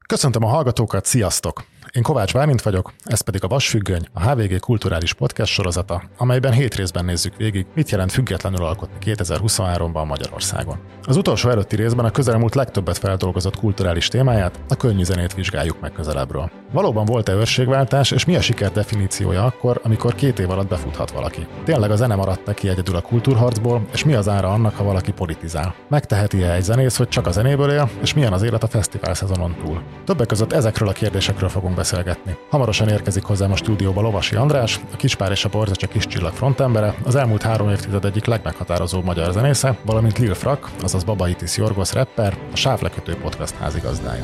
Köszöntöm a hallgatókat, sziasztok! Én Kovács Bálint vagyok, ez pedig a Vasfüggöny, a HVG kulturális podcast sorozata, amelyben 7 részben nézzük végig, mit jelent függetlenül alkotni 2023-ban Magyarországon. Az utolsó előtti részben a közelmúlt legtöbbet feldolgozott kulturális témáját, a könnyű zenét vizsgáljuk meg közelebbről. Valóban volt-e őrségváltás, és mi a siker definíciója akkor, amikor 2 év alatt befuthat valaki? Tényleg a zene maradt neki egyedül a kultúrharcból, és mi az ára annak, ha valaki politizál? Megteheti-e egy zenész, hogy csak a zenéből él, és milyen az élet a fesztivál szezonon túl? Többek között ezekről a kérdésekről fogunk beszélgetni. Hamarosan érkezik hozzám a stúdióba Lovasi András, a Kispár és a Borzecse kis csillag frontembere, az elmúlt 3 évtized egyik legmeghatározóbb magyar zenésze, valamint Lil Frak, azaz Babaitis Jorgos rapper, a Sávlekötő podcast házigazdája.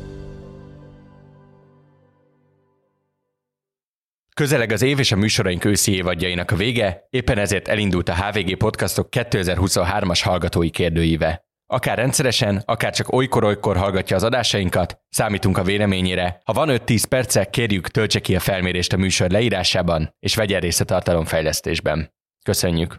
Közeleg az év és a műsoraink őszi évadjainak a vége, éppen ezért elindult a HVG Podcastok 2023-as hallgatói kérdőíve. Akár rendszeresen, akár csak olykor-olykor hallgatja az adásainkat, számítunk a véleményére. Ha van 5-10 perce, kérjük, töltse ki a felmérést a műsor leírásában, és vegyen részt a tartalomfejlesztésben. Köszönjük!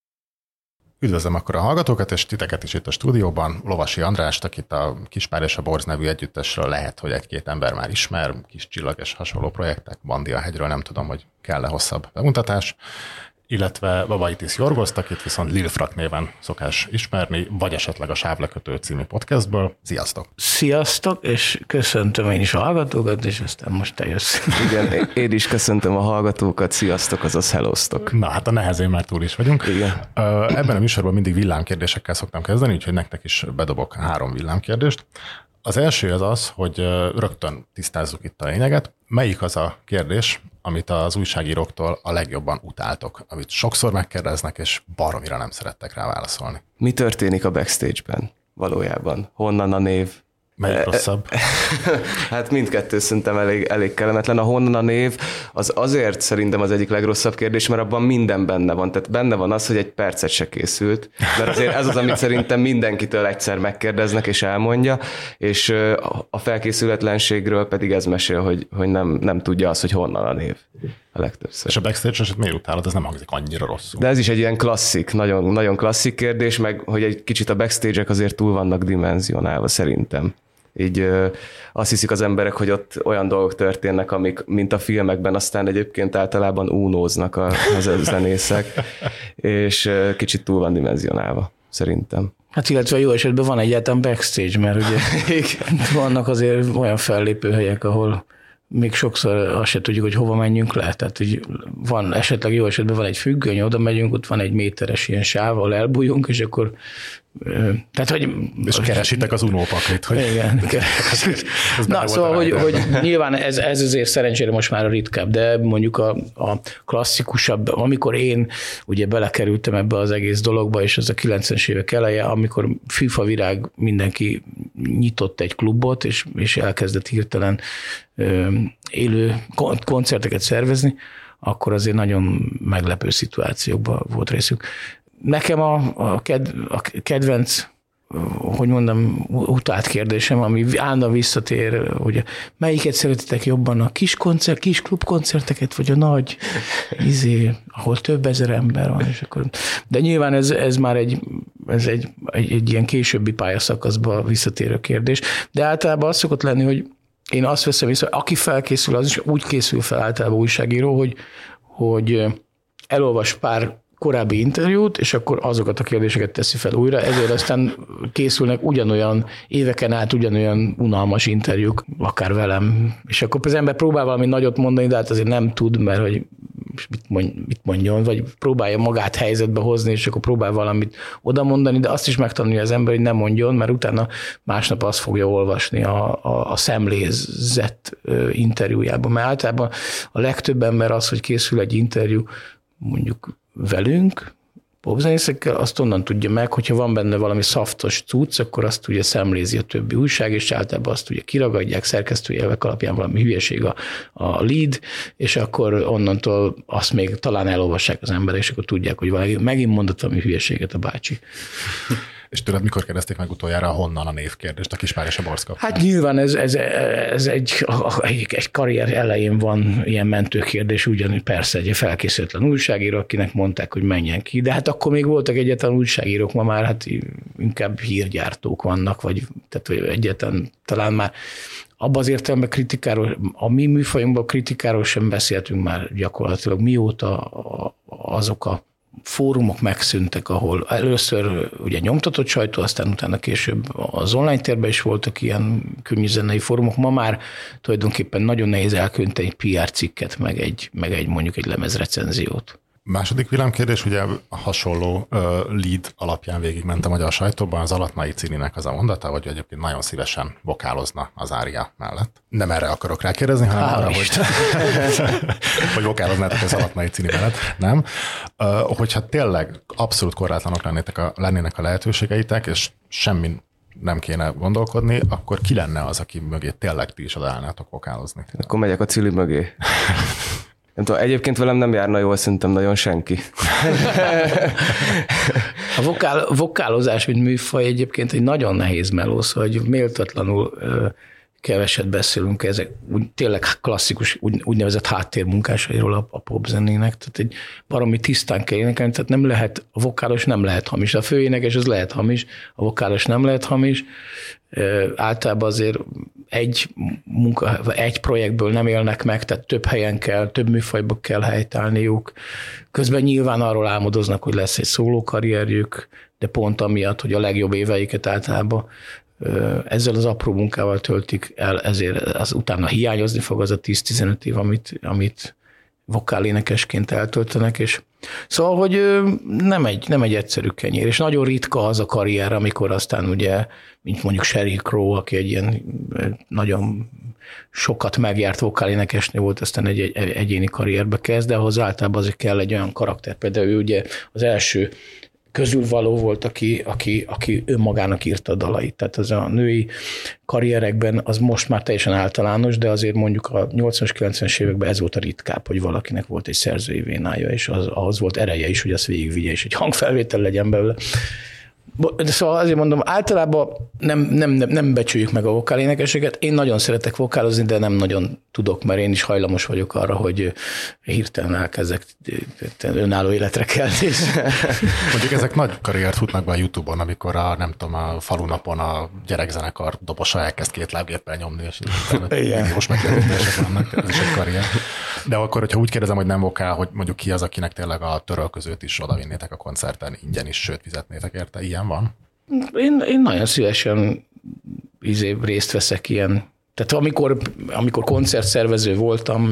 Üdvözlöm akkor a hallgatókat, és titeket is itt a stúdióban. Lovasi Andrást, akit a Kispár és a Borz nevű együttesről lehet, hogy 1-2 ember már ismer, Kis csillag és hasonló projektek, Bandi a hegyről, nem tudom, hogy kell-e hosszabb bemutatás, illetve Babaitis Jorgoszt, akit viszont Lil Frak néven szokás ismerni, vagy esetleg a Sávlekötő című podcastből. Sziasztok! Sziasztok, és köszöntöm én is a hallgatókat, és aztán most te jössz. Igen, én is köszöntöm a hallgatókat, sziasztok, azaz hellóztok. Na hát a nehezén már túl is vagyunk. Igen. Ebben a műsorban mindig villámkérdésekkel szoktam kezdeni, úgyhogy nektek is bedobok 3 villámkérdést. Az első az, hogy rögtön tisztázzuk itt a lényeget. Melyik az a kérdés, amit az újságíróktól a legjobban utáltok, amit sokszor megkérdeznek, és baromira nem szerettek rá válaszolni? Mi történik a backstage-ben valójában? Honnan a név? Melyik rosszabb? Hát mindkettő szerintem elég kellemetlen. A honnan a név az azért szerintem az egyik legrosszabb kérdés, mert abban minden benne van. Tehát benne van az, hogy egy percet se készült, mert azért ez az, amit szerintem mindenkitől egyszer megkérdeznek és elmondja, és a felkészületlenségről pedig ez mesél, hogy nem tudja azt, hogy honnan a név a legtöbbször. És a backstage-eset miért utálod? Ez nem hangzik annyira rosszul. De ez is egy ilyen klasszik, nagyon, nagyon klasszik kérdés, meg hogy egy kicsit a backstage-ek azért túl vannak dimenzionálva szerintem. Így azt hiszik az emberek, hogy ott olyan dolgok történnek, amik, mint a filmekben, aztán egyébként általában únóznak a zenészek, és kicsit túl van dimenzionálva, szerintem. Hát illetve jó esetben van egyáltalán backstage, mert ugye vannak azért olyan fellépőhelyek, ahol még sokszor azt se tudjuk, hogy hova menjünk le. Tehát hogy van esetleg jó esetben van egy függöny, oda megyünk, ott van egy méteres ilyen sáv, ahol elbújunk, és akkor tehát, hogy... És keresitek az unópaklit, hogy... Igen. Na, szóval, hogy nyilván ez azért szerencsére most már a ritkább, de mondjuk a klasszikusabb, amikor én ugye belekerültem ebbe az egész dologba, és ez a 90-es évek eleje, amikor FIFA virág mindenki nyitott egy klubot, és elkezdett hirtelen élő koncerteket szervezni, akkor azért nagyon meglepő szituációkban volt részük. Nekem a kedvenc, hogy mondom, utált kérdésem, ami állandóan visszatér, hogy melyiket szeretitek jobban, a kis klubkoncerteket, vagy a nagy, ahol több ezer ember van, és akkor... De nyilván ez már egy ilyen későbbi pályaszakaszba visszatérő kérdés, de általában az szokott lenni, hogy én azt veszem észre, hogy aki felkészül, az is úgy készül fel általában újságíró, hogy elolvas pár korábbi interjút, és akkor azokat a kérdéseket teszi fel újra, ezért aztán készülnek ugyanolyan, éveken át ugyanolyan unalmas interjúk, akár velem, és akkor az ember próbál valami nagyot mondani, de hát azért nem tud, mert hogy mit mondjon, vagy próbálja magát helyzetbe hozni, és akkor próbál valamit oda mondani, de azt is megtanulja az ember, hogy nem mondjon, mert utána másnap azt fogja olvasni a szemlézett interjújában. Mert általában a legtöbb ember az, hogy készül egy interjú, mondjuk velünk, popzenészekkel, azt onnan tudja meg, hogyha van benne valami szaftos cucc, akkor azt ugye szemlézi a többi újság, és általában azt ugye kiragadják, szerkesztői elvek alapján valami hülyeség a lead, és akkor onnantól azt még talán elolvassák az emberek, és akkor tudják, hogy megint mondott valami hülyeséget a bácsi. És tőled mikor kérdezték meg utoljára honnan a névkérdést a Kispár és a Borz kapcsán? Hát nyilván ez egy karrier elején van ilyen mentőkérdés, ugyanúgy persze egy felkészületlen újságíró, akinek mondták, hogy menjen ki, de hát akkor még voltak egyáltalán újságírók, ma már hát inkább hírgyártók vannak, vagy tehát egyáltalán talán már abban az értelemben kritikáról, a mi műfajunkban kritikáról sem beszéltünk már gyakorlatilag, mióta azok a fórumok megszűntek, ahol először ugye nyomtatott sajtó, aztán utána később az online térben is voltak ilyen könnyű zenei fórumok. Ma már tulajdonképpen nagyon nehéz elküldeni egy PR cikket, meg egy mondjuk egy lemezrecenziót. Második villámkérdés, ugye hasonló lead alapján végigment a magyar sajtóban, az Alatmai Cininek az a mondata, hogy egyébként nagyon szívesen vokálozna az ária mellett. Nem erre akarok rákérdezni, hanem arra, hogy vokáloznátok az Alatmai Cini mellett. Nem. Hogyha tényleg abszolút korlátlanok lennének a lehetőségeitek, és semmi nem kéne gondolkodni, akkor ki lenne az, aki mögé tényleg ti is odaállnátok vokálozni? Akkor megyek a Cili mögé. Nem tudom, egyébként velem nem járna jól, szerintem nagyon senki. A vokálozás, mint műfaj egyébként egy nagyon nehéz melósz, hogy méltatlanul keveset beszélünk ezek tényleg klasszikus úgynevezett háttérmunkásairól a popzenének, tehát egy baromi tisztán kell énekelni, tehát nem lehet, a vokálos nem lehet hamis. A főénekes az lehet hamis, a vokálos nem lehet hamis. Általában azért egy projektből nem élnek meg, tehát több helyen kell, több műfajba kell helytállniuk. Közben nyilván arról álmodoznak, hogy lesz egy szólókarrierjük, de pont amiatt, hogy a legjobb éveiket általában ezzel az apró munkával töltik el, ezért az utána hiányozni fog az a 10-15 év, amit vokálénekesként eltöltenek, és szóval, hogy nem egy egyszerű kenyér, és nagyon ritka az a karrier, amikor aztán ugye, mint mondjuk Sheryl Crow, aki egy ilyen nagyon sokat megjárt vokálénekesnő volt, aztán egy egyéni karrierbe kezd, de ahhoz általában azért kell egy olyan karakter. Például ő ugye az első közülvaló volt, aki önmagának írta a dalait. Tehát az a női karrierekben az most már teljesen általános, de azért mondjuk a 80-as, 90-es években ez volt a ritkább, hogy valakinek volt egy szerzői vénája, és ahhoz volt ereje is, hogy azt végigvigye, és egy hangfelvétel legyen belőle. De szóval azért mondom, általában nem becsüljük meg a vokálénekeseket. Én nagyon szeretek vokálozni, de nem nagyon tudok, mert én is hajlamos vagyok arra, hogy hirtelen elkezdek önálló életre kelni. Mondjuk ezek nagy karriert futnak be a YouTube-on, amikor a falunapon a gyerekzenekar dobosa elkezd 2 lábgéppel nyomni, és most megjelenítések vannak, ez is egy karrier. De akkor, hogyha úgy kérdezem, hogy nem vokál, hogy mondjuk ki az, akinek tényleg a törölközőt is odavinnétek a koncerten, ingyen is, sőt fizetnétek érte, ilyen van? Én nagyon szívesen részt veszek ilyen. Tehát amikor koncertszervező voltam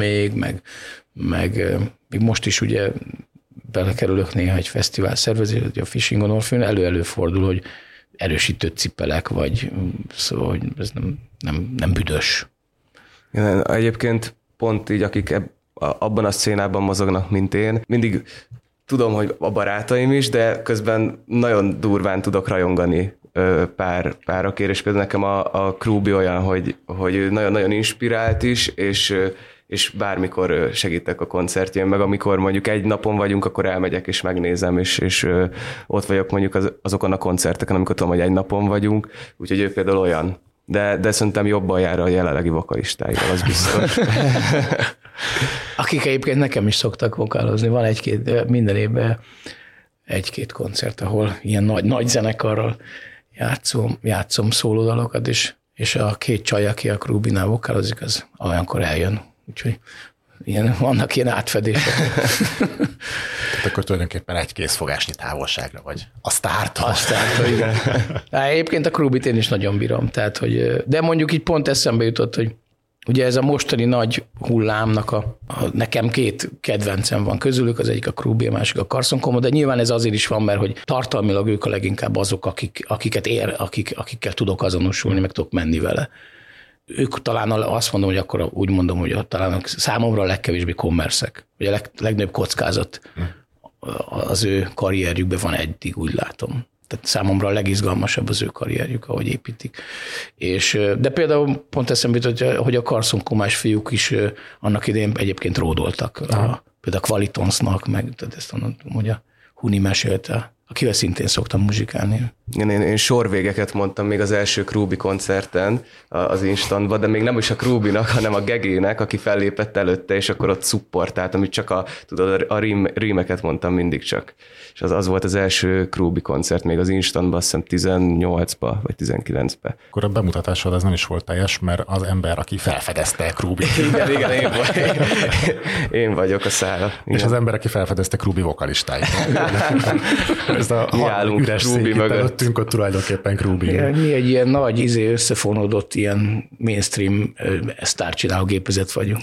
meg most is ugye belekerülök néha egy fesztivál szervező, a Fishing on Orpheum, előfordul, hogy erősítőt cipelek, vagy szóval, hogy ez nem büdös. Igen, egyébként pont így, akik abban a szcénában mozognak, mint én, mindig tudom, hogy a barátaim is, de közben nagyon durván tudok rajongani párokért, és például nekem a Krúbi olyan, hogy ő nagyon-nagyon inspirált is, és bármikor segítek a koncertjén, meg amikor mondjuk egy napon vagyunk, akkor elmegyek és megnézem, és ott vagyok mondjuk azokon a koncerteken, amikor tudom, hogy egy napon vagyunk, úgyhogy ő például olyan. De szerintem jobban jár a jelenlegi vokalistáival, az biztos. Akik egyébként nekem is szoktak vokálozni, van minden évben egy-két koncert, ahol ilyen nagy zenekarral játszom szólódalokat, és a 2 csaj, aki a Krúbinál vokálozik, az olyankor eljön. Úgyhogy vannak ilyen átfedések. Tehát akkor tulajdonképpen egy kézfogásnyi távolságra vagy a sztártól. Igen. Egyébként a Krúbit én is nagyon bírom. Tehát, de mondjuk így pont eszembe jutott, hogy ugye ez a mostani nagy hullámnak nekem 2 kedvencem van közülük, az egyik a Krúbi, a másik a Carson Como, de nyilván ez azért is van, mert hogy tartalmilag ők a leginkább azok, akikkel tudok azonosulni, meg tudok menni vele. Ők talán azt mondom, hogy akkor úgy mondom, hogy talán számomra a legkevésbé kommerszek, vagy a legnagyobb kockázat az ő karrierjükben van eddig, úgy látom. Tehát számomra a legizgalmasabb az ő karrierjük, ahogy építik. De például pont eszembe jutott, hogy a Carson Comás fiúk is annak idején egyébként ródoltak. Például a Qualitonsnak, meg tehát ezt mondom, hogy a Huni mesélte, akivel szintén szoktam muzsikálni. Én sorvégeket mondtam még az első Krúbi koncerten az Instantba, de még nem is a Krúbinak, hanem a Gegének, aki fellépett előtte, és akkor ott szupportált, amit csak a rímeket mondtam mindig csak. És az volt az első Krúbi koncert még az Instantba, azt hiszem 18-ba, vagy 19-be. Akkor a bemutatásod az nem is volt teljes, mert az ember, aki felfedezte Krúbit. Igen, én vagyok a szála. És az ember, aki felfedezte Krúbi vokalistáit. Ez a üres Krúbi szék előttünk, ott tulajdonképpen Krúbi. Mi egy ilyen nagy, összefonódott ilyen mainstream sztárcsináló gépezet vagyunk.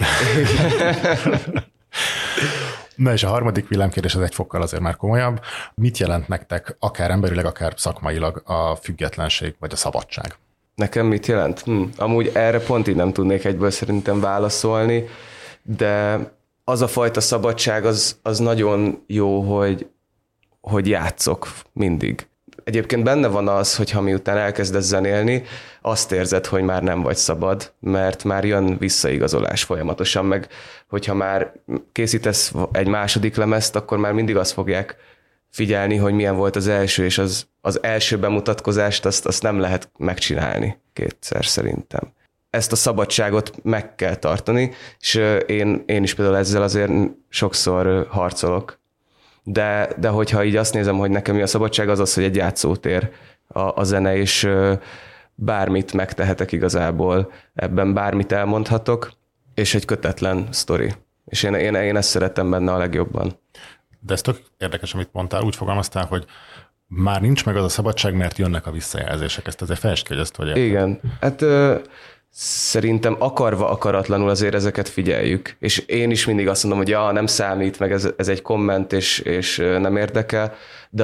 Na és a harmadik villámkérdés az egy fokkal azért már komolyabb. Mit jelent nektek akár emberileg, akár szakmailag a függetlenség vagy a szabadság? Nekem mit jelent? Amúgy erre pont így nem tudnék egyből szerintem válaszolni, de az a fajta szabadság az nagyon jó, hogy játszok mindig. Egyébként benne van az, hogy ha miután elkezdesz zenélni, azt érzed, hogy már nem vagy szabad, mert már jön visszaigazolás folyamatosan, meg hogyha már készítesz egy második lemezt, akkor már mindig azt fogják figyelni, hogy milyen volt az első, és az első bemutatkozást azt nem lehet megcsinálni kétszer szerintem. Ezt a szabadságot meg kell tartani, és én is például ezzel azért sokszor harcolok. De hogyha így azt nézem, hogy nekem mi a szabadság, az, hogy egy játszótér a zene, és bármit megtehetek igazából, ebben bármit elmondhatok, és egy kötetlen sztori. És én ezt szeretem benne a legjobban. De ez tök érdekes, amit mondtál, úgy fogalmaztál, hogy már nincs meg az a szabadság, mert jönnek a visszajelzések. Ezt azért fejtsd ki, hogy ezt hogy érted. Igen, hát szerintem akarva, akaratlanul azért ezeket figyeljük. És én is mindig azt mondom, hogy nem számít, meg ez egy komment, és nem érdekel, de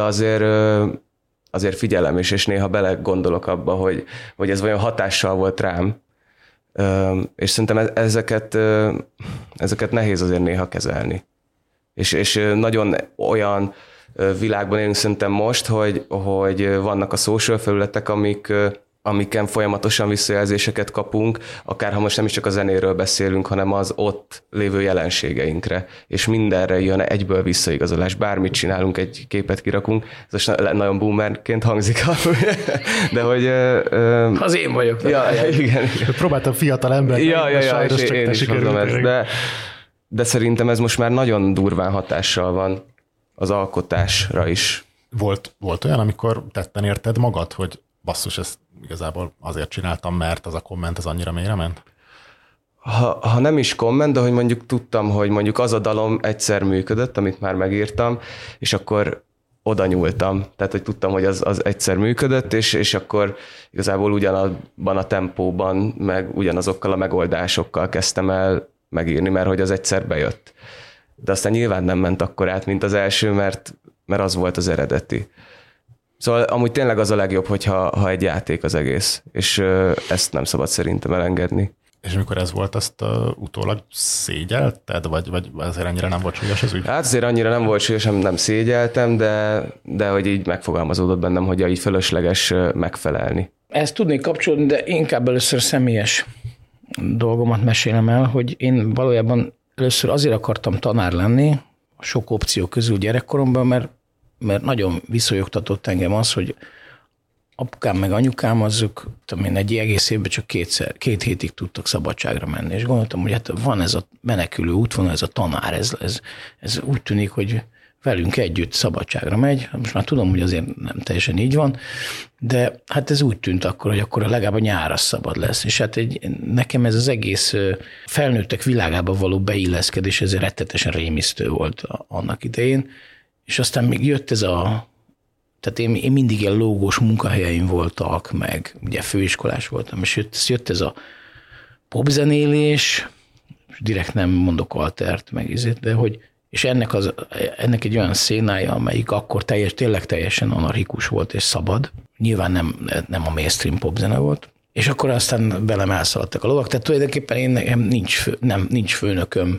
azért figyelem is, és néha belegondolok abba, hogy ez vajon hatással volt rám. És szerintem ezeket nehéz azért néha kezelni. És nagyon olyan világban élünk szerintem most, hogy vannak a social felületek, amiken folyamatosan visszajelzéseket kapunk, akár ha most nem is csak a zenéről beszélünk, hanem az ott lévő jelenségeinkre, és mindenre jön egyből visszaigazolás. Bármit csinálunk, egy képet kirakunk, ez most nagyon boomerként hangzik, de hogy... Az én vagyok. Ja, igen. Próbáltam fiatal ember. És én is hozom ezt, de szerintem ez most már nagyon durván hatással van az alkotásra is. Volt olyan, amikor tetten érted magad, hogy basszus, ezt igazából azért csináltam, mert az a komment az annyira mélyre ment? Ha nem is komment, de hogy mondjuk tudtam, hogy mondjuk az a dalom egyszer működött, amit már megírtam, és akkor oda nyúltam. Tehát, hogy tudtam, hogy az egyszer működött, és akkor igazából ugyanabban a tempóban, meg ugyanazokkal a megoldásokkal kezdtem el megírni, mert hogy az egyszer bejött. De aztán nyilván nem ment akkor át, mint az első, mert az volt az eredeti. Szóval amúgy tényleg az a legjobb, hogyha egy játék az egész, és ezt nem szabad szerintem elengedni. És amikor ez volt, azt utólag szégyelted, vagy azért annyira nem volt súlyos az ügy? Hát azért annyira nem volt súlyos, nem szégyeltem, de hogy így megfogalmazódott bennem, hogy így fölösleges megfelelni. Ezt tudnék kapcsolni, de inkább először személyes dolgomat mesélem el, hogy én valójában először azért akartam tanár lenni, a sok opció közül gyerekkoromban, mert nagyon visszajogtatott engem az, hogy apukám meg anyukám azok, egy egész évben csak 2 hétig tudtak szabadságra menni. És gondoltam, hogy hát van ez a menekülő útvonal, ez a tanár, ez úgy tűnik, hogy velünk együtt szabadságra megy. Most már tudom, hogy azért nem teljesen így van, de hát ez úgy tűnt akkor, hogy akkor legalább a nyár az szabad lesz. És hát nekem ez az egész felnőttek világába való beilleszkedés, ez rettetesen rémisztő volt annak idején. És aztán még jött tehát én mindig ilyen lógós munkahelyeim voltak, meg ugye főiskolás voltam, és jött ez a popzenélés, direkt nem mondok altert, meg izét, de hogy, és ennek egy olyan szénája, amelyik akkor tényleg teljesen anarchikus volt és szabad. Nyilván nem a mainstream popzene volt. És akkor aztán velem elszaladtak a lovak. Tehát tulajdonképpen nekem nincs főnököm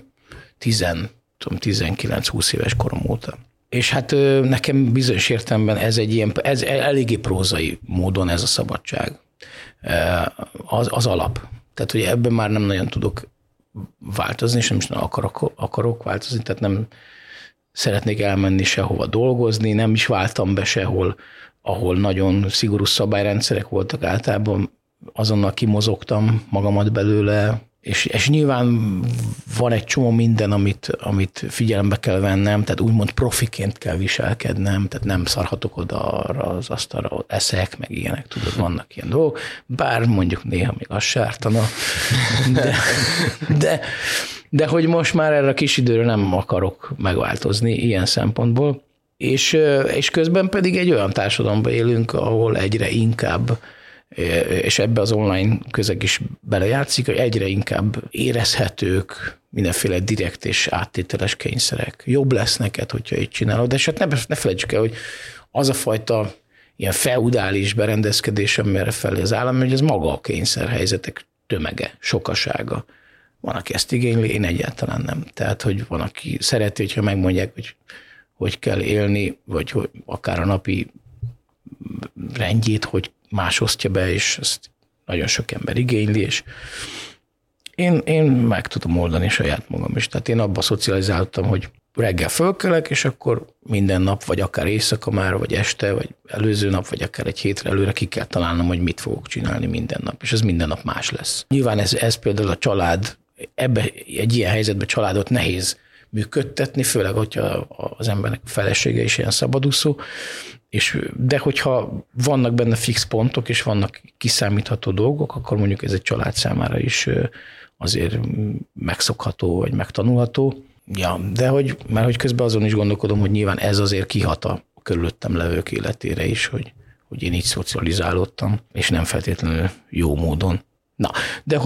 19-20 éves korom óta. És hát nekem bizonyos értelemben ez eléggé prózai módon ez a szabadság. Az alap. Tehát, hogy ebben már nem nagyon tudok változni, és nem is akarok változni, tehát szeretnék elmenni sehova dolgozni, nem is váltam be sehol, ahol nagyon szigorú szabályrendszerek voltak, általában azonnal kimozogtam magamat belőle, és nyilván van egy csomó minden, amit figyelembe kell vennem, tehát úgymond profiként kell viselkednem, tehát nem szarhatok oda arra az asztalra, eszek, meg ilyenek, tudod, vannak ilyen dolgok, bár mondjuk néha még az sártana, de hogy most már erre a kis időre nem akarok megváltozni ilyen szempontból, és közben pedig egy olyan társadalomban élünk, ahol egyre inkább, és ebbe az online közeg is belejátszik, hogy egyre inkább érezhetők mindenféle direkt és áttételes kényszerek. Jobb lesz neked, hogyha így csinálod, de hát ne felejtsük el, hogy az a fajta ilyen feudális berendezkedés, amire felé az állam, hogy ez maga a kényszerhelyzetek tömege, sokasága. Van, aki ezt igényli, én egyáltalán nem. Tehát, hogy van, aki szereti, hogyha megmondják, hogy kell élni, vagy hogy akár a napi rendjét, hogy más osztja be, és ezt nagyon sok ember igényli, és én meg tudom oldani saját magam is. Tehát én abba szocializáltam, hogy reggel fölkelek, és akkor minden nap, vagy akár éjszaka már, vagy este, vagy előző nap, vagy akár egy hétre előre ki kell találnom, hogy mit fogok csinálni minden nap, és ez minden nap más lesz. Nyilván ez például a család, egy ilyen helyzetben családot nehéz működtetni, főleg, hogyha az embernek a felesége is ilyen szabadúszó, de hogyha vannak benne fix pontok, és vannak kiszámítható dolgok, akkor mondjuk ez egy család számára is azért megszokható, vagy megtanulható. Ja, de mert hogy közben azon is gondolkodom, hogy nyilván ez azért kihat a körülöttem levők életére is, hogy én így szocializálódtam, és nem feltétlenül jó módon. Na, de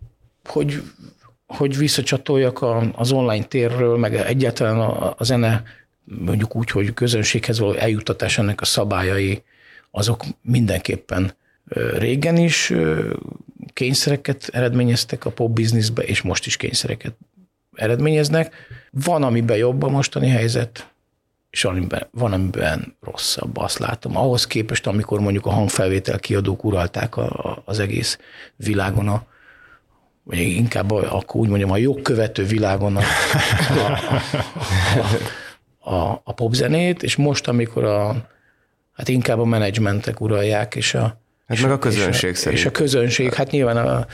hogy visszacsatoljak az online térről, meg egyáltalán a zene, mondjuk úgy, hogy közönséghez való eljuttatás ennek a szabályai, azok mindenképpen régen is kényszereket eredményeztek a pop bizniszbe, és most is kényszereket eredményeznek. Van, amiben jobb a mostani helyzet, és van, amiben rosszabb, azt látom. Ahhoz képest, amikor mondjuk a hangfelvétel kiadók uralták az egész világon, vagy inkább akkor úgy mondjam, a jogkövető világon a popzenét, és most, amikor hát inkább a menedzsmentek uralják, meg a közönség szerint. És a közönség, hát nyilván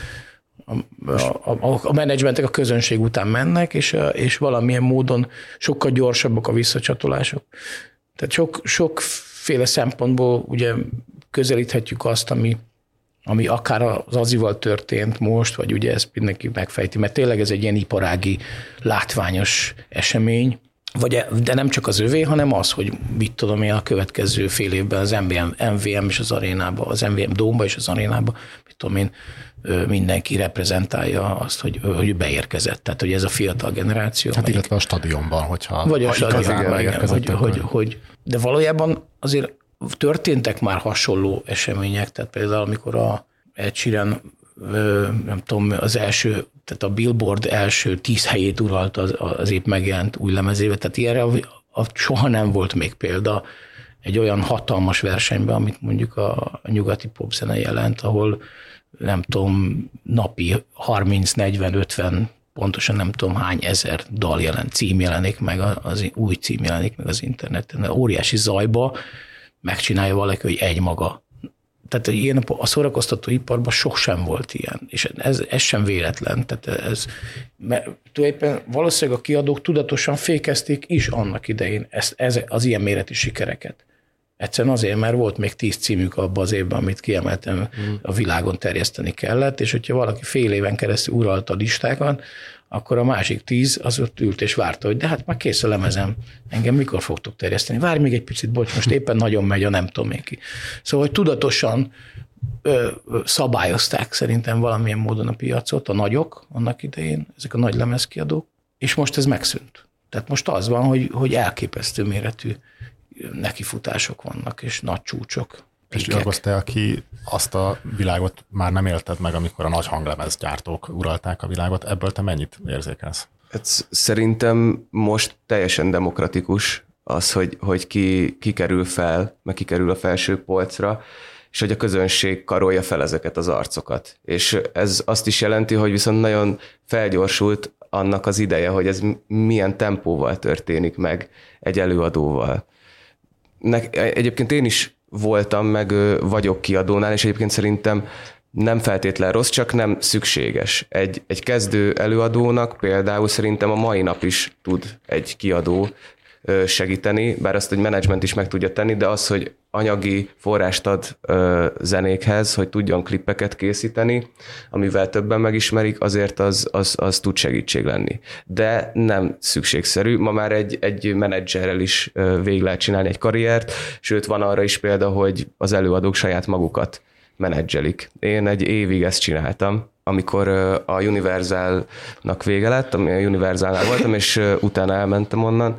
a menedzsmentek a közönség után mennek, és valamilyen módon sokkal gyorsabbak a visszacsatolások. Tehát sokféle szempontból ugye közelíthetjük azt, ami akár az Azival történt most, vagy ugye ezt mindenki megfejti, mert tényleg ez egy ilyen iparági, látványos esemény, de nem csak az övé, hanem az, hogy mit tudom én a következő fél évben az MVM és az arénába, az MVM Dómba és az arénába, mit tudom én, mindenki reprezentálja azt, hogy beérkezett. Tehát, hogy ez a fiatal generáció. Hát illetve a stadionban, hogyha vagy a stadionban, igen, de valójában azért történtek már hasonló események, tehát például amikor a Ed Sheeran, nem tudom, az első, tehát a Billboard első 10 helyét uralta az épp megjelent új lemezébe, tehát ilyenre soha nem volt még példa egy olyan hatalmas versenyben, amit mondjuk a nyugati popzene jelent, ahol nem tudom, napi 30, 40, 50, pontosan nem tudom hány ezer cím jelenik meg, az új cím jelenik meg az interneten. Óriási zajba megcsinálja valaki, hogy egymaga. Tehát ilyen a szórakoztató iparban sosem volt ilyen, és ez sem véletlen. Tehát mert tulajdonképpen valószínűleg a kiadók tudatosan fékezték is annak idején az ilyen méretű sikereket. Egyszerűen azért, mert volt még 10 címük abban az évben, amit kiemeltem, a világon terjeszteni kellett, és hogyha valaki fél éven keresztül uralta a listákat, akkor a másik 10 az ott ült és várta, hogy de hát már kész a lemezem, engem mikor fogtok terjeszteni? Várj még egy picit, bocs, most éppen nagyon megy a nem tudom én ki. Szóval, hogy tudatosan szabályozták szerintem valamilyen módon a piacot, a nagyok annak idején, ezek a nagy lemezkiadók, és most ez megszűnt. Tehát most az van, hogy elképesztő méretű nekifutások vannak, és nagy csúcsok. És Jorgos, te, aki azt a világot már nem élted meg, amikor a nagy hanglemezgyártók uralták a világot, ebből te mennyit érzékelsz? Hát szerintem most teljesen demokratikus az, hogy ki kerül fel, meg ki kerül a felső polcra, és hogy a közönség karolja fel ezeket az arcokat. És ez azt is jelenti, hogy viszont nagyon felgyorsult annak az ideje, hogy ez milyen tempóval történik meg egy előadóval. Egyébként én is voltam, meg vagyok kiadónál, és egyébként szerintem nem feltétlen rossz, csak nem szükséges. Egy kezdő előadónak például szerintem a mai nap is tud egy kiadó segíteni, bár azt egy menedzsment is meg tudja tenni, de az, hogy anyagi forrást ad zenékhez, hogy tudjon klippeket készíteni, amivel többen megismerik, azért az tud segítség lenni. De nem szükségszerű. Ma már egy menedzserrel is végig lehet csinálni egy karriert, sőt van arra is példa, hogy az előadók saját magukat menedzselik. Én egy évig ezt csináltam, amikor a Universalnak vége lett, ami a Universalnál voltam, és utána elmentem onnan,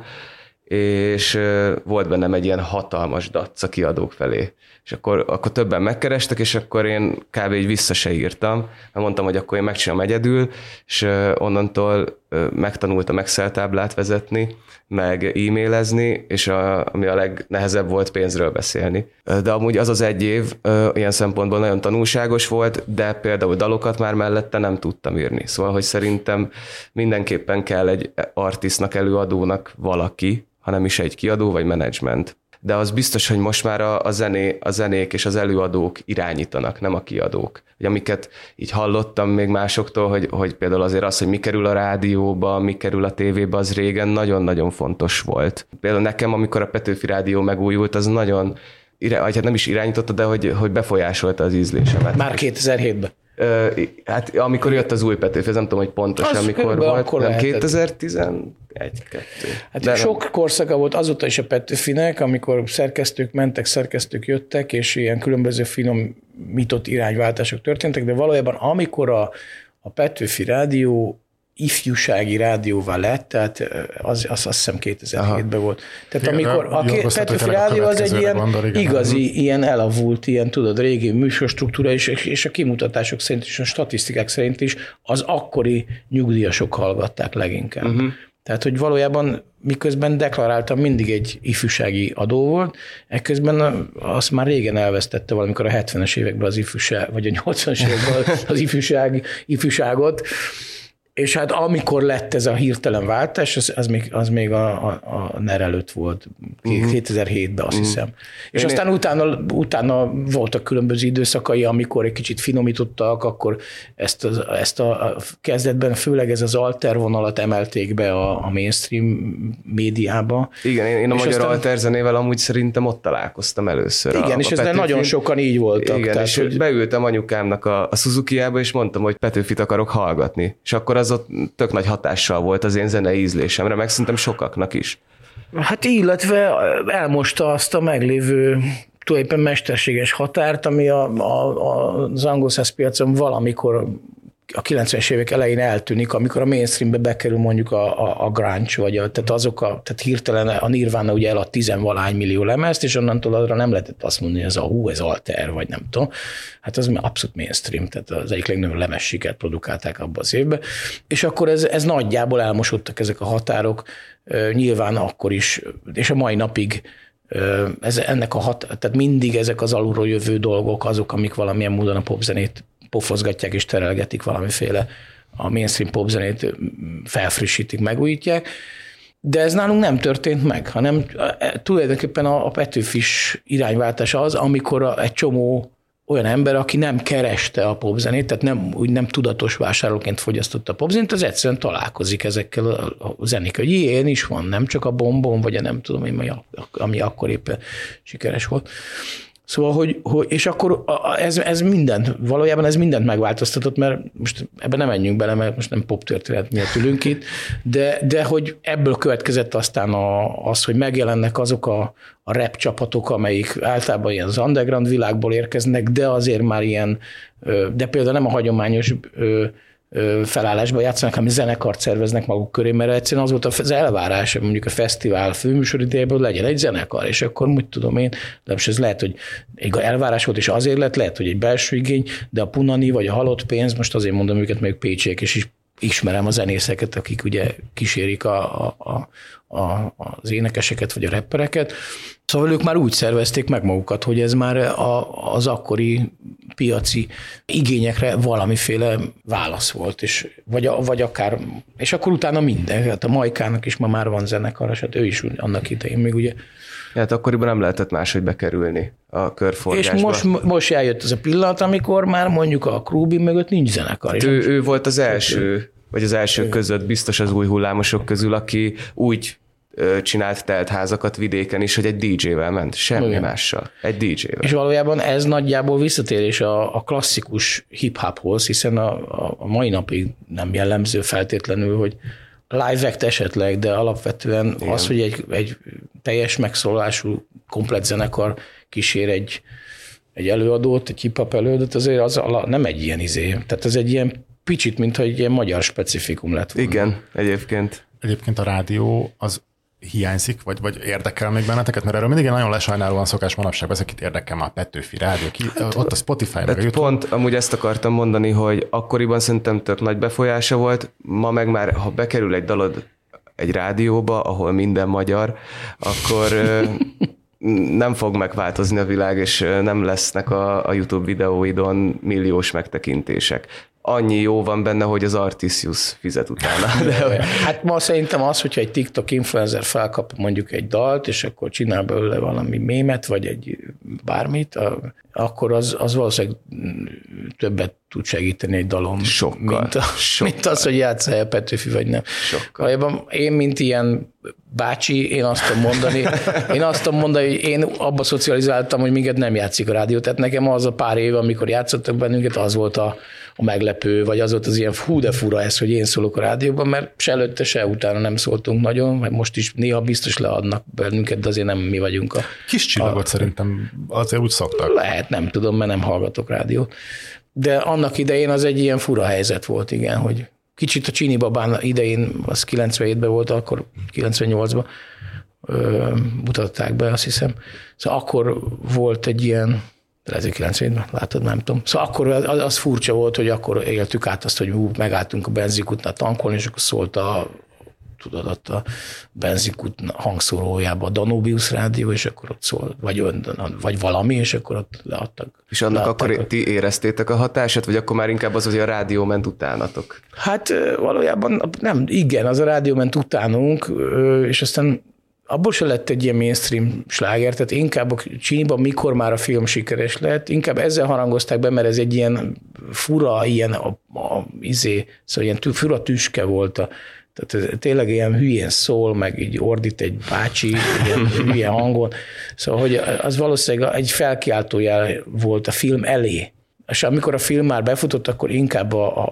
és volt bennem egy ilyen hatalmas dac a kiadók felé. És akkor többen megkerestek, és akkor én kb. Így vissza se írtam, mert mondtam, hogy akkor én megcsinálom egyedül, és onnantól megtanultam Excel táblát vezetni, meg e-mailezni, és ami a legnehezebb volt, pénzről beszélni. De amúgy az egy év ilyen szempontból nagyon tanulságos volt, de például dalokat már mellette nem tudtam írni. Szóval, hogy szerintem mindenképpen kell egy artistnak, előadónak valaki, hanem is egy kiadó vagy menedzsment. De az biztos, hogy most már a zenék és az előadók irányítanak, nem a kiadók. Hogy amiket így hallottam még másoktól, hogy például azért az, hogy mi kerül a rádióba, mi kerül a tévébe, az régen nagyon-nagyon fontos volt. Például nekem, amikor a Petőfi Rádió megújult, az nagyon, hát nem is irányította, de hogy befolyásolta az ízlésemet. Már 2007-ben. Hát amikor jött az új Petőfi, ez nem tudom, hogy pontosan az mikor volt, nem 2011-2. Hát de sok korszaka volt azóta is a Petőfinek, amikor szerkesztők mentek, szerkesztők jöttek, és ilyen különböző finomított irányváltások történtek, de valójában amikor a Petőfi Rádió ifjúsági rádióvá lett, tehát az azt hiszem 2007-ben volt. Tehát amikor a Petőfi Rádió az egy ilyen igazi, ilyen elavult, ilyen tudod, régi műsorstruktúra, és a kimutatások szerint és a statisztikák szerint is az akkori nyugdíjasok hallgatták leginkább. Tehát, hogy valójában miközben deklaráltam, mindig egy ifjúsági adó volt, ekközben azt már régen elvesztette valamikor a 70-es években az ifjúság, vagy a 80-as években az ifjúságot, és hát amikor lett ez a hirtelen váltás, az még a NER előtt volt, 2007-ben azt hiszem. És aztán utána voltak különböző időszakai, amikor egy kicsit finomítottak, akkor ezt a kezdetben főleg ez az alter vonalat emelték be a mainstream médiába. Igen, én a magyar alter zenével amúgy szerintem ott találkoztam először. Igen, és ezzel nagyon sokan így voltak. Igen, tehát, és hogy beültem anyukámnak a Suzuki-jába, és mondtam, hogy Petőfit akarok hallgatni. És akkor az ott tök nagy hatással volt az én zenei ízlésemre, meg szerintem sokaknak is. Hát illetve elmosta azt a meglévő tulajdonképpen mesterséges határt, ami az angol száz piacon valamikor a 90-es évek elején eltűnik, amikor a mainstreambe bekerül mondjuk a grunge, tehát hirtelen a Nirvana ugye elad 10-valahány millió lemezt, és onnantól arra nem lehetett azt mondani, hogy ez alter, vagy nem tudom. Hát az abszolút mainstream, tehát az egyik legnagyobb lemez sikert produkálták abban az évben. És akkor ez nagyjából elmosodtak ezek a határok, nyilván akkor is, és a mai napig tehát mindig ezek az alulról jövő dolgok azok, amik valamilyen módon a popzenét pofozgatják és terelgetik valamiféle, a mainstream popzenét felfrissítik, megújítják, de ez nálunk nem történt meg, hanem tulajdonképpen a Petőfis irányváltás az, amikor egy csomó olyan ember, aki nem kereste a popzenét, tehát nem tudatos vásárlóként fogyasztotta a popzenét, az egyszerűen találkozik ezekkel a zenékkel, hogy ilyen is van, nem csak a bombom, vagy a nem tudom én, ami akkor éppen sikeres volt. Szóval, és akkor valójában ez mindent megváltoztatott, mert most ebben nem menjünk bele, mert most nem poptörténet miatt ülünk itt, de hogy ebből következett aztán az, hogy megjelennek azok a rap csapatok, amelyik általában ilyen az underground világból érkeznek, de azért már ilyen, de például nem a hagyományos felállásban játszanak, hanem zenekart szerveznek maguk köré, mert egyszerűen az volt az elvárás, mondjuk a fesztivál főműsor idejében, hogy legyen egy zenekar, és akkor úgy tudom én, de most ez lehet, hogy egy elvárás volt, és azért lehet, hogy egy belső igény, de a Punani vagy a Halott Pénz, most azért mondom őket, meg pécsiek, és is ismerem a zenészeket, akik ugye kísérik az énekeseket, vagy a rappereket. Szóval ők már úgy szervezték meg magukat, hogy ez már az akkori piaci igényekre valamiféle válasz volt, és, vagy akár, és akkor utána minden. Hát a Majkának is ma már van zenekar, hát ő is annak idején még ugye. Hát akkoriban nem lehetett máshogy bekerülni a körforgásba. És most eljött ez a pillanat, amikor már mondjuk a Krúbi mögött nincs zenekar. Ő volt az első, vagy az elsők között biztos az új hullámosok közül, aki úgy csinált teltházakat vidéken is, hogy egy DJ-vel ment, semmi mással, egy DJ-vel. És valójában ez nagyjából visszatérés a klasszikus hip-hophoz, hiszen a mai napig nem jellemző feltétlenül, hogy live act esetleg, de alapvetően igen. Az, hogy egy teljes megszólalású komplet zenekar kísér egy előadót, egy hip-hop előadót, azért az nem egy ilyen tehát ez egy ilyen picit, mintha egy ilyen magyar specifikum lett volna. Igen, egyébként. Egyébként a rádió az hiányzik, vagy érdekel még benneteket? Mert erről mindig nagyon lesajnálóan szokás manapság, ezek itt érdekel már Petőfi Rádió, ott a Spotify, meg a YouTube. Pont amúgy ezt akartam mondani, hogy akkoriban szerintem tök nagy befolyása volt, ma meg már, ha bekerül egy dalod egy rádióba, ahol minden magyar, akkor nem fog megváltozni a világ, és nem lesznek a YouTube videóidon milliós megtekintések. Annyi jó van benne, hogy az Artisius fizet utána. Hát ma szerintem az, hogyha egy TikTok influencer felkap mondjuk egy dalt, és akkor csinál belőle valami mémet, vagy egy bármit, akkor az valószínűleg többet tud segíteni egy dalom, mint az, hogy játsszál a Petőfi, vagy nem. Valójában én, mint ilyen bácsi, én azt tudom mondani, hogy én abba szocializáltam, hogy minket nem játszik a rádió. Tehát nekem az a pár év, amikor játszottak bennünket, az volt a meglepő, vagy az volt az ilyen hú de fura ez, hogy én szólok a rádióban, mert se előtte, se utána nem szóltunk nagyon, mert most is néha biztos leadnak bennünket, de azért nem mi vagyunk Kis csillagot szerintem azért úgy szoktak. Lehet, nem tudom, mert nem hallgatok rádiót. De annak idején az egy ilyen fura helyzet volt, igen, hogy kicsit a Csini Babán idején, az 97-ben volt, akkor 98-ban mutatták be, azt hiszem. Szóval akkor volt egy ilyen, de ez 97-ben, látod, nem tudom. Szóval akkor az furcsa volt, hogy akkor éltük át azt, hogy megálltunk a benzinkútnál tankolni, és akkor szólt ott a benzinkút hangszórójában a Danubius Rádió, és akkor ott szól, vagy valami, és akkor ott leadtak. És annak akkor ti éreztétek a hatását, vagy akkor már inkább az, hogy a rádió ment utánatok? Hát valójában nem, igen, az a rádió ment utánunk, és aztán abból se lett egy ilyen mainstream sláger, tehát inkább a Csiniban, mikor már a film sikeres lett, inkább ezzel harangozták be, mert ez egy ilyen fura, ilyen szóval ilyen fura tüske volt. Tehát tényleg ilyen hülyén szól, meg így ordít egy bácsi, ilyen hülye hangon. Szóval, hogy az valószínűleg egy felkiáltójel volt a film elé. És amikor a film már befutott, akkor inkább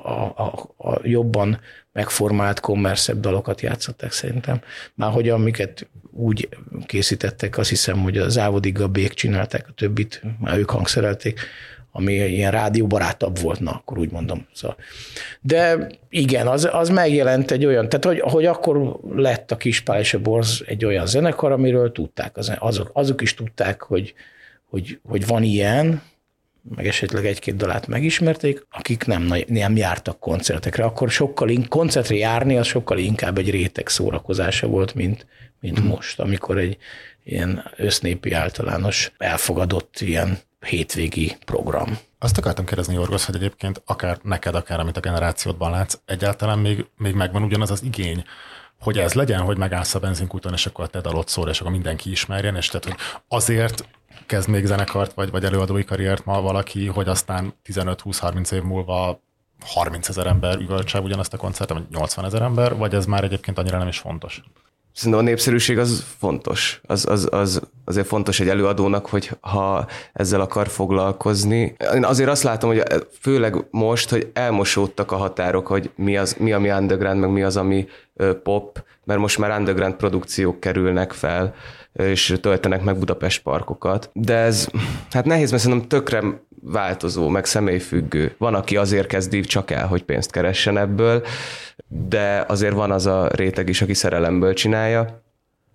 a jobban megformált, kommerszebb dalokat játszották szerintem. Már hogy amiket úgy készítettek, azt hiszem, hogy a Závodi Gabék csinálták, a többit már ők hangszerelték, ami ilyen rádióbarátabb volt, na, akkor úgy mondom. Szóval. De igen, az megjelent egy olyan, tehát hogy akkor lett a Kispál és a Borz egy olyan zenekar, amiről tudták, azok is tudták, hogy van ilyen, meg esetleg egy-két dalát megismerték, akik nem jártak koncertekre. Akkor koncertre járni, az sokkal inkább egy réteg szórakozása volt, mint most, amikor egy ilyen össznépi általános elfogadott ilyen hétvégi program. Azt akartam kérdezni, Jorgos, hogy egyébként akár neked, akár amit a generációdban látsz, egyáltalán még megvan ugyanaz az igény, hogy ez legyen, hogy megállsz a benzinkúton, és akkor te dalot szól, és akkor mindenki ismerjen, és tehát, hogy azért kezd még zenekart, vagy előadói karriert ma valaki, hogy aztán 15-20-30 év múlva 30 000 ember üvöltse ugyanazt a koncertet, vagy 80 000 ember, vagy ez már egyébként annyira nem is fontos? Szerintem a népszerűség az fontos. Az azért fontos egy előadónak, hogy ha ezzel akar foglalkozni. Én azért azt látom, hogy főleg most, hogy elmosódtak a határok, hogy mi ami underground, meg mi az, ami pop, mert most már underground produkciók kerülnek fel, és töltenek meg Budapest parkokat. De ez hát nehéz, mert szerintem tökre változó, meg személyfüggő. Van, aki azért kezdi csak el, hogy pénzt keressen ebből, de azért van az a réteg is, aki szerelemből csinálja.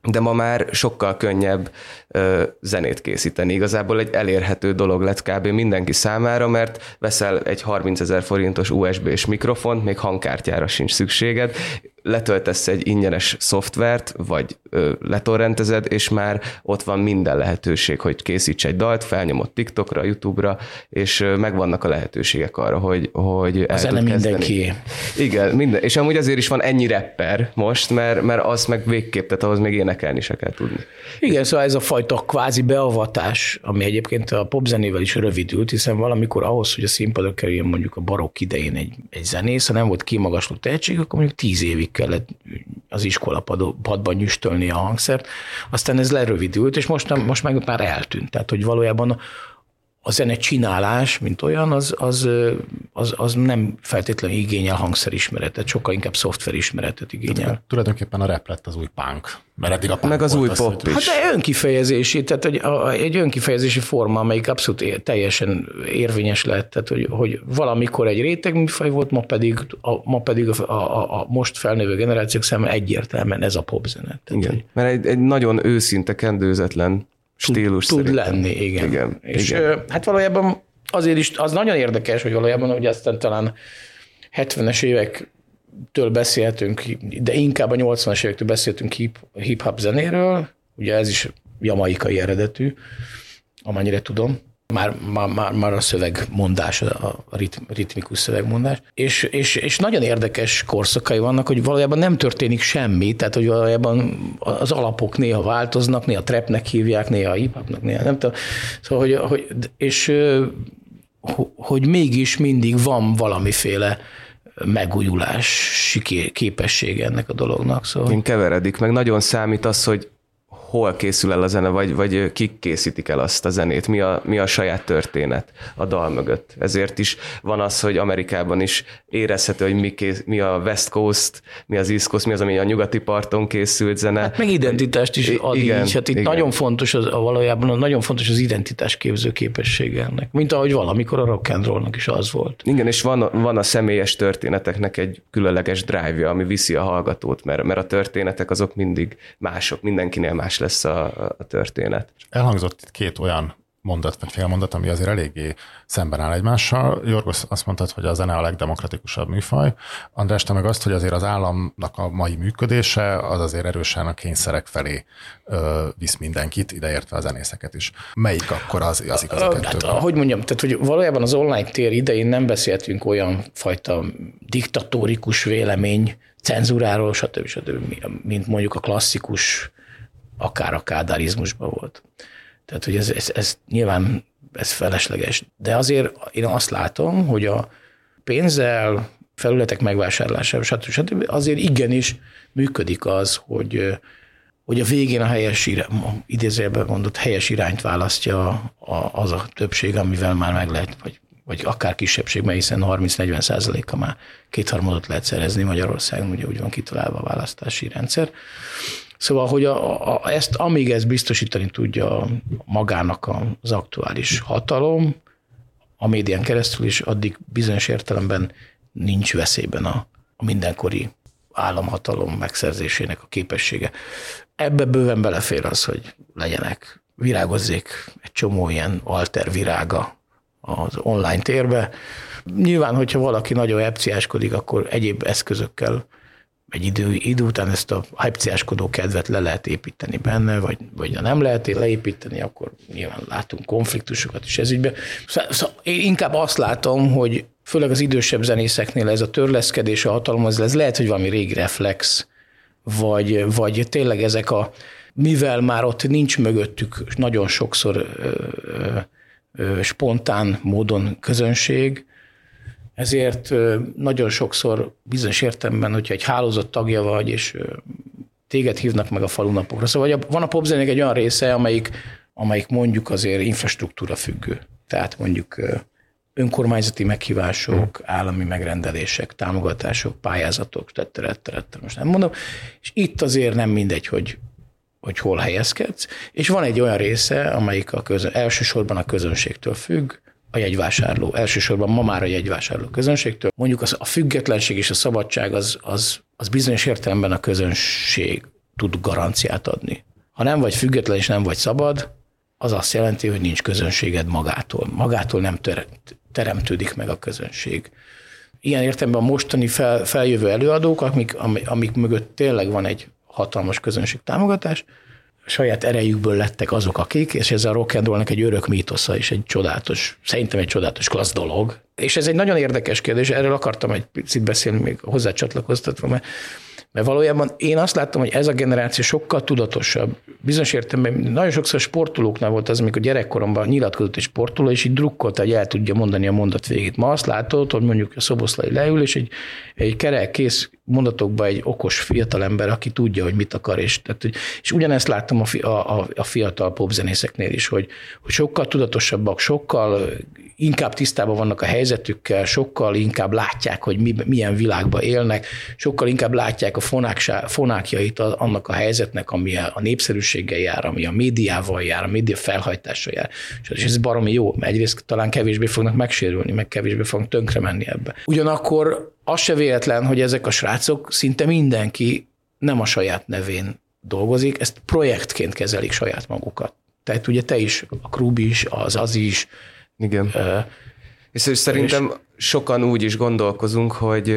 de ma már sokkal könnyebb zenét készíteni. Igazából egy elérhető dolog lett kb. Mindenki számára, mert veszel egy 30 000 forintos USB-s mikrofont, még hangkártyára sincs szükséged, letöltesz egy ingyenes szoftvert, vagy letorrentezed, és már ott van minden lehetőség, hogy készíts egy dalt, felnyomod TikTokra, YouTube-ra, és megvannak a lehetőségek arra, hogy el tud mindenki. Igen, minden. És amúgy azért is van ennyi rapper most, mert az meg végképp, tehát ahhoz még énekelni se kell tudni. Igen, szóval ez a fajta kvázi beavatás, ami egyébként a popzenével is rövidült, hiszen valamikor ahhoz, hogy a színpadon kerüljön mondjuk a barokk idején egy zenész, ha nem volt kimagasló tehetség, akkor mondjuk 10 évig kellett az iskolapadban nyüstölni a hangszert, aztán ez lerövidült, és most meg már eltűnt. Tehát, hogy valójában a zene csinálás, mint olyan, az nem feltétlenül igényel hangszerismeretet, sokkal inkább szoftverismeretet igényel. Tulajdonképpen a rap lett az új punk. Mert eddig a punk meg az új pop is. Hát de önkifejezési, tehát egy önkifejezési forma, amelyik abszolút teljesen érvényes lett, tehát hogy valamikor egy rétegműfaj volt, ma pedig a most felnövő generációk számára egyértelműen ez a popzene. Igen, mert egy nagyon őszinte, kendőzetlen stílus tud lenni, igen. És hát valójában azért is az nagyon érdekes, hogy valójában, hogy aztán talán 70-es évektől beszélhetünk, de inkább a 80-as évektől beszéltünk hip-hop zenéről, ugye ez is jamaikai eredetű, amennyire tudom. Már a szövegmondás, a ritmikus szövegmondás. És nagyon érdekes korszakai vannak, hogy valójában nem történik semmi, tehát hogy valójában az alapok néha változnak, néha trapnek hívják, néha hip-hopnak, néha nem tudom. Szóval, hogy mégis mindig van valamiféle megújulási képessége ennek a dolognak. Szóval. Én keveredik, meg nagyon számít az, hogy hol készül el a zene, vagy kik készítik el azt a zenét, mi a saját történet a dal mögött. Ezért is van az, hogy Amerikában is érezhető, hogy mi a West Coast, mi az East Coast, mi az, ami a nyugati parton készült zene. Hát meg identitást is ad igen, így. Hát itt nagyon fontos, valójában nagyon fontos az identitásképző képessége ennek, mint ahogy valamikor a rock and rollnak is az volt. Igen, és van a személyes történeteknek egy különleges drive-ja, ami viszi a hallgatót, mert a történetek azok mindig mások, mindenkinél más lesz a történet. Elhangzott itt két olyan mondat, vagy félmondat, ami azért eléggé szemben áll egymással. Jorgos azt mondtad, hogy a zene a legdemokratikusabb műfaj. András, te meg azt, hogy azért az államnak a mai működése az azért erősen a kényszerek felé visz mindenkit, ideértve a zenészeket is. Melyik akkor az igazi kettőben? Hát, hogy mondjam, tehát hogy valójában az online tér idején nem beszéltünk olyan fajta diktatórikus vélemény, cenzúráról, stb., mint mondjuk a klasszikus akár a kádárizmusban volt. Tehát, hogy ez nyilván ez felesleges. De azért én azt látom, hogy a pénzzel, felületek megvásárlásával, stb. Azért igenis működik az, hogy a végén a idézőjelben mondott helyes irányt választja az a többség, amivel már meg lehet, vagy akár kisebbség, mert hiszen 30-40%-a már kétharmadot lehet szerezni Magyarországon, ugye úgy van kitalálva a választási rendszer. Szóval, hogy amíg ezt biztosítani tudja magának az aktuális hatalom, a médián keresztül is, addig bizonyos értelemben nincs veszélyben a mindenkori államhatalom megszerzésének a képessége. Ebbe bőven belefér az, hogy virágozzék egy csomó ilyen alter virága az online térbe. Nyilván, hogyha valaki nagyon epciáskodik, akkor egyéb eszközökkel egy idő után ezt a hypciáskodó kedvet le lehet építeni benne, vagy ha nem lehet leépíteni, akkor nyilván látunk konfliktusokat is ez ügyben. Szóval én inkább azt látom, hogy főleg az idősebb zenészeknél ez a törleszkedés a hatalomhoz, ez lehet, hogy valami régi reflex, vagy tényleg ezek mivel már ott nincs mögöttük nagyon sokszor spontán módon közönség, ezért nagyon sokszor bizonyos értelemben, hogyha egy hálózat tagja vagy, és téged hívnak meg a falunapokra. Szóval van a popzenének egy olyan része, amelyik mondjuk azért infrastruktúra függő. Tehát mondjuk önkormányzati meghívások, állami megrendelések, támogatások, pályázatok, most nem mondom. És itt azért nem mindegy, hogy hol helyezkedsz. És van egy olyan része, amelyik elsősorban a közönségtől függ, a jegyvásárló, elsősorban ma már a jegyvásárló közönségtől. Mondjuk a függetlenség és a szabadság az bizonyos értelemben a közönség tud garanciát adni. Ha nem vagy független és nem vagy szabad, az azt jelenti, hogy nincs közönséged magától. Magától nem teremtődik meg a közönség. Ilyen értelemben a mostani feljövő előadók, amik mögött tényleg van egy hatalmas közönség támogatás, a saját erejükből lettek azok, akik, és ez a rock and rollnak egy örök mítosza, és szerintem egy csodálatos klassz dolog. És ez egy nagyon érdekes kérdés, erről akartam egy picit beszélni, még hozzá csatlakoztatva, mert valójában én azt láttam, hogy ez a generáció sokkal tudatosabb. Bizonyos értelemben nagyon sokszor sportolóknál volt az, amikor gyerekkoromban nyilatkozott egy sportoló, és így drukkolta, hogy el tudja mondani a mondat végét. Ma azt látod, hogy mondjuk a Szoboszlai leül, és egy kerek kész mondatokban egy okos fiatalember, aki tudja, hogy mit akar. És ugyanezt láttam a fiatal popzenészeknél is, hogy sokkal tudatosabbak, sokkal inkább tisztában vannak a helyzetükkel, sokkal inkább látják, hogy milyen világban élnek, sokkal inkább látják a fonákjait annak a helyzetnek, ami a népszerűséggel jár, ami a médiával jár, a média felhajtással jár. És ez baromi jó, mert egyrészt talán kevésbé fognak megsérülni, meg kevésbé fognak tönkre menni ebbe. Ugyanakkor az se véletlen, hogy ezek a srácok, szinte mindenki nem a saját nevén dolgozik, ezt projektként kezelik saját magukat. Tehát ugye te is, a Krúbi is, az is. Igen. És szerintem sokan úgy is gondolkozunk, hogy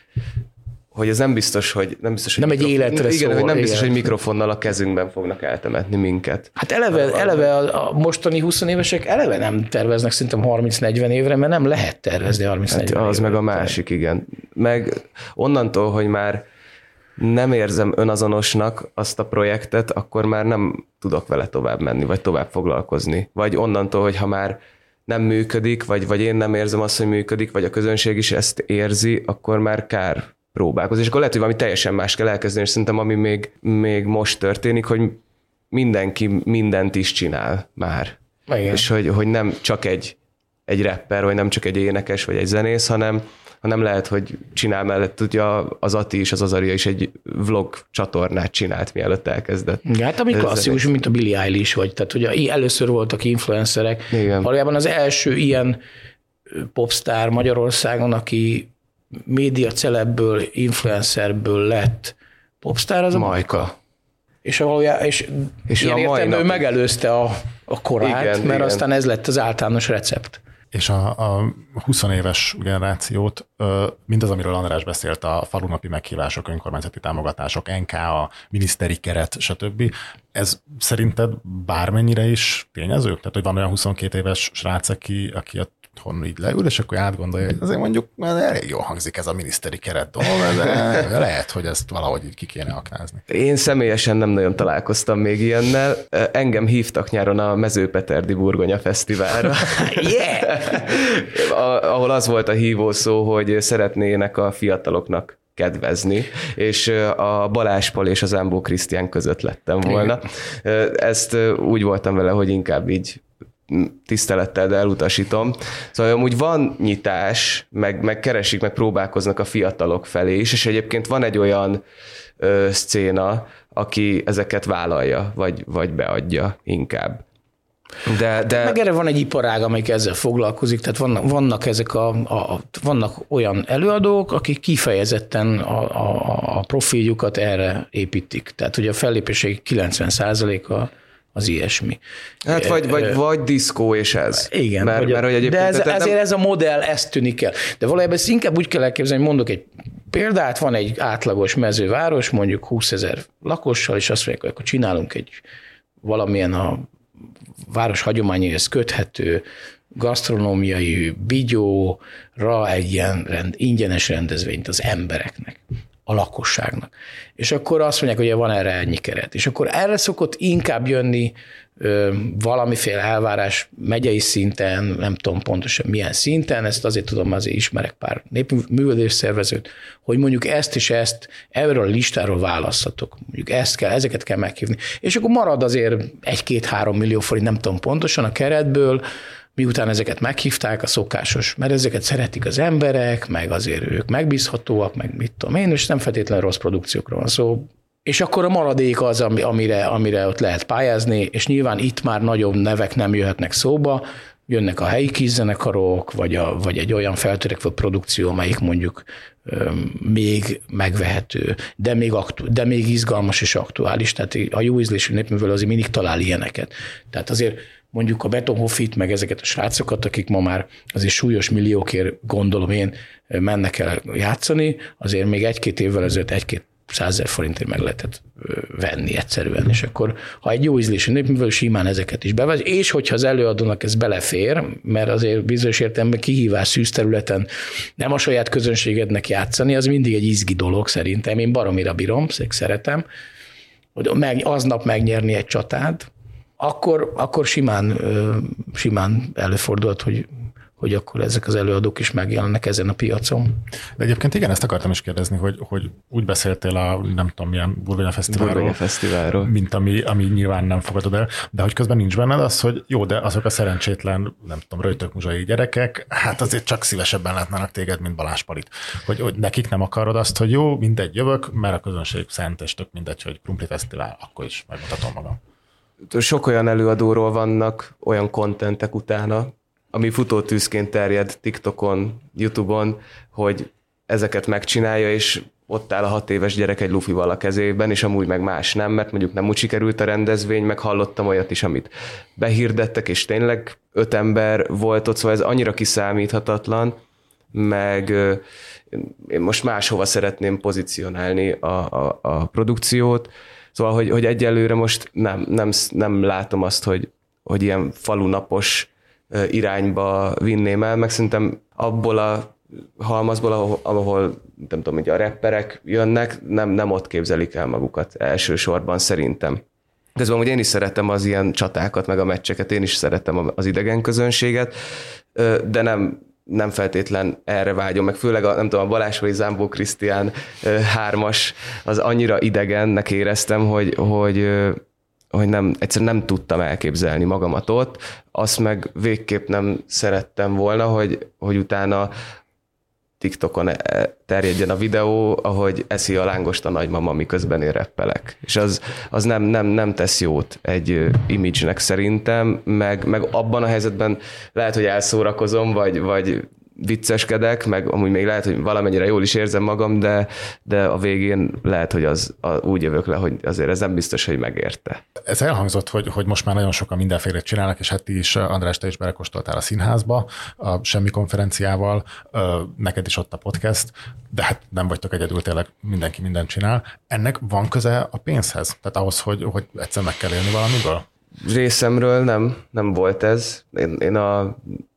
ez nem biztos, hogy nem egy életre szól. Igen, nem biztos, hogy mikrofonnal a kezünkben fognak eltemetni minket. Hát eleve a mostani 20 évesek eleve nem terveznek szerintem 30-40 évre, mert nem lehet tervezni 30-40 évre. Az meg a másik, igen. Meg onnantól, hogy már nem érzem önazonosnak azt a projektet, akkor már nem tudok vele tovább menni, vagy tovább foglalkozni. Vagy onnantól, hogy ha már nem működik, vagy én nem érzem azt, hogy működik, vagy a közönség is ezt érzi, akkor már kár próbálkozni. És akkor lehet, hogy valami teljesen más kell elkezdeni, és szerintem ami még most történik, hogy mindenki mindent is csinál már. Igen. És hogy nem csak egy rapper, vagy nem csak egy énekes, vagy egy zenész, hanem lehet, hogy csinál mellett, ugye az Ati is, az Azaria is egy vlog csatornát csinált, mielőtt elkezdett. Ja, hát ami klasszikus, mint a Billie Eilish vagy. Tehát ugye először voltak influencerek. Igen. Valójában az első ilyen popstar Magyarországon, aki média celebből, influencerből lett popstar, az a Majka. És ilyen értelemben ő megelőzte a korát, igen, mert igen. Aztán ez lett az általános recept. És a 20 éves generációt, mindaz, amiről András beszélt, a falunapi meghívások, önkormányzati támogatások, NK, a miniszteri keret, stb. Ez szerinted bármennyire is tényező? Tehát, hogy van olyan 22 éves srác, aki otthon így leül, és akkor átgondolja, hogy azért mondjuk elég jól hangzik ez a miniszteri keret dolog, de lehet, hogy ezt valahogy így ki kéne aknázni. Én személyesen nem nagyon találkoztam még ilyennel. Engem hívtak nyáron a Mezőpeterdi Burgonya Fesztiválra. Ahol az volt a hívószó, hogy szeretnének a fiataloknak kedvezni, és a Balázs Pal és az Ámbó Krisztián között lettem volna. Ezt úgy voltam vele, hogy inkább így tisztelettel, de elutasítom. Szóval amúgy van nyitás, meg keresik, meg próbálkoznak a fiatalok felé is, és egyébként van egy olyan szcéna, aki ezeket vállalja, vagy beadja inkább. De... Meg erre van egy iparág, amelyik ezzel foglalkozik, tehát vannak ezek vannak olyan előadók, akik kifejezetten a profiljukat erre építik. Tehát ugye a fellépések 90%-a az ilyesmi. Hát vagy diszkó és ez. Igen. De ezért ez a modell, ezt tűnik el. De valójában ezt inkább úgy kell elképzelni, hogy mondok egy példát, van egy átlagos mezőváros, mondjuk 20 000 lakossal, és azt mondják, hogy akkor csinálunk egy valamilyen a város hagyományaihoz köthető gasztronómiai bigyóra egy ilyen ingyenes rendezvényt az embereknek, a lakosságnak. És akkor azt mondják, hogy van erre ennyi keret. És akkor erre szokott inkább jönni valamiféle elvárás megyei szinten, nem tudom pontosan milyen szinten, ezt azért tudom, azért ismerek pár népművelés szervezőt, hogy mondjuk ezt és ezt erről a listáról választhatok. Mondjuk ezeket kell meghívni. És akkor marad azért 1-2-3 millió forint, nem tudom pontosan a keretből, miután ezeket meghívták, a szokásos, mert ezeket szeretik az emberek, meg azért ők megbízhatóak, meg mit tudom én, és nem feltétlenül rossz produkciókra van szó. És akkor a maradék az, amire ott lehet pályázni, és nyilván itt már nagyobb nevek nem jöhetnek szóba, jönnek a helyi kis-zenekarok, vagy egy olyan feltörekvő produkció, amelyik mondjuk még megvehető, de még izgalmas és aktuális. Tehát a jó ízlésű népművelő azért mindig talál ilyeneket. Tehát azért mondjuk a Betonhoffit, meg ezeket a srácokat, akik ma már azért súlyos milliókért, gondolom én, mennek el játszani, azért még 1-2 évvel ezelőtt 100 000 forintért meg lehetett venni egyszerűen, és akkor ha egy jó ízlésű népművelő simán ezeket is bevez, és hogyha az előadónak ez belefér, mert azért bizonyos értelemben kihívás szűz területen nem a saját közönségednek játszani, az mindig egy izgi dolog szerintem, én baromira bírom, szeretem, hogy aznap megnyerni egy csatát, akkor simán előfordulhat, hogy akkor ezek az előadók is megjelennek ezen a piacon. De egyébként igen, ezt akartam is kérdezni, hogy úgy beszéltél a nem tudom milyen Burgonya Fesztiválról, mint ami nyilván nem fogadod el, de hogy közben nincs benned az, hogy jó, de azok a szerencsétlen, nem tudom, röjtök-muzsai gyerekek, hát azért csak szívesebben látnának téged, mint Balázs Palit. Hogy nekik nem akarod azt, hogy jó, mindegy jövök, mert a közönség szent, és tök mindegy, hogy Krumpli Fesztivál, akkor is megmutatom magam. Sok olyan előadóról vannak, olyan kontentek utána, ami futótűzként terjed TikTokon, YouTube-on, hogy ezeket megcsinálja, és ott áll a 6 éves gyerek egy lufival a kezében, és amúgy meg más nem, mert mondjuk nem úgy sikerült a rendezvény, meg hallottam olyat is, amit behirdettek, és tényleg 5 ember volt ott, szóval ez annyira kiszámíthatatlan, meg én most máshova szeretném pozícionálni a produkciót, szóval, hogy egyelőre most nem látom azt, hogy ilyen falunapos irányba vinném el, meg szerintem abból a halmazból, ahol nem tudom, hogy a rapperek jönnek, nem ott képzelik el magukat elsősorban szerintem. Közben amúgy én is szeretem az ilyen csatákat, meg a meccseket, én is szeretem az idegen közönséget, de nem feltétlen erre vágyom, meg főleg nem tudom, a Balázs vagy Zámbó Krisztián 3-as, az annyira idegennek éreztem, hogy egyszerűen nem tudtam elképzelni magamat ott, azt meg végképp nem szerettem volna, hogy utána TikTokon terjedjen a videó, ahogy eszi a lángost a nagymama, miközben én reppelek. És az nem tesz jót egy image-nek szerintem, meg abban a helyzetben lehet, hogy elszórakozom, vagy vicceskedek, meg amúgy még lehet, hogy valamennyire jól is érzem magam, de a végén lehet, hogy úgy jövök le, hogy azért ez nem biztos, hogy megérte. Ez elhangzott, hogy most már nagyon sokan mindenféle csinálnak, és hát ti is, András, te is belekóstoltál a színházba, a Semmi konferenciával, neked is ott a podcast, de hát nem vagytok egyedül, tényleg mindenki mindent csinál. Ennek van köze a pénzhez? Tehát ahhoz, hogy egyszer meg kell élni valamiből? Részemről nem volt ez. Én a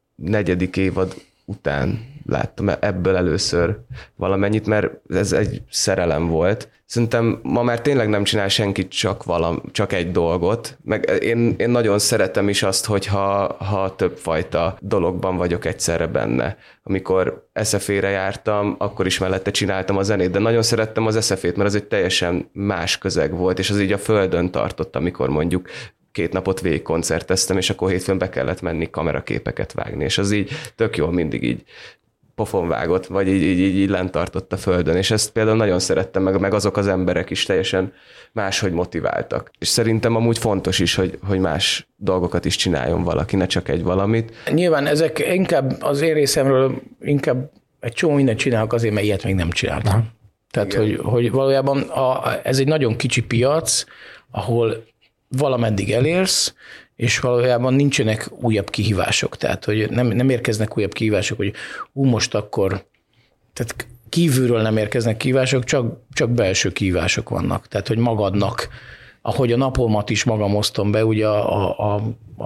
4. évad után láttam ebből először valamennyit, mert ez egy szerelem volt. Szerintem ma már tényleg nem csinál senki csak egy dolgot, meg én nagyon szeretem is azt, hogyha többfajta dologban vagyok egyszerre benne. Amikor SFE-re jártam, akkor is mellette csináltam a zenét, de nagyon szerettem az SFE-t, mert az egy teljesen más közeg volt, és az így a földön tartott, amikor mondjuk 2 napot végig koncerteztem, és akkor hétfőn be kellett menni kameraképeket vágni, és az így tök jól mindig így pofon vágott, vagy így lent tartott a földön, és ezt például nagyon szerettem, meg azok az emberek is teljesen máshogy motiváltak. És szerintem amúgy fontos is, hogy más dolgokat is csináljon valaki, ne csak egy valamit. Nyilván ezek inkább az én részemről inkább egy csomó mindent csinálok azért, mert ilyet még nem csináltam. Tehát, hogy valójában ez egy nagyon kicsi piac, ahol valameddig elérsz, és valójában nincsenek újabb kihívások. Tehát, hogy nem érkeznek újabb kihívások, hogy most akkor, tehát kívülről nem érkeznek kihívások, csak belső kihívások vannak. Tehát, hogy magadnak, ahogy a napomat is magam osztom be, ugye a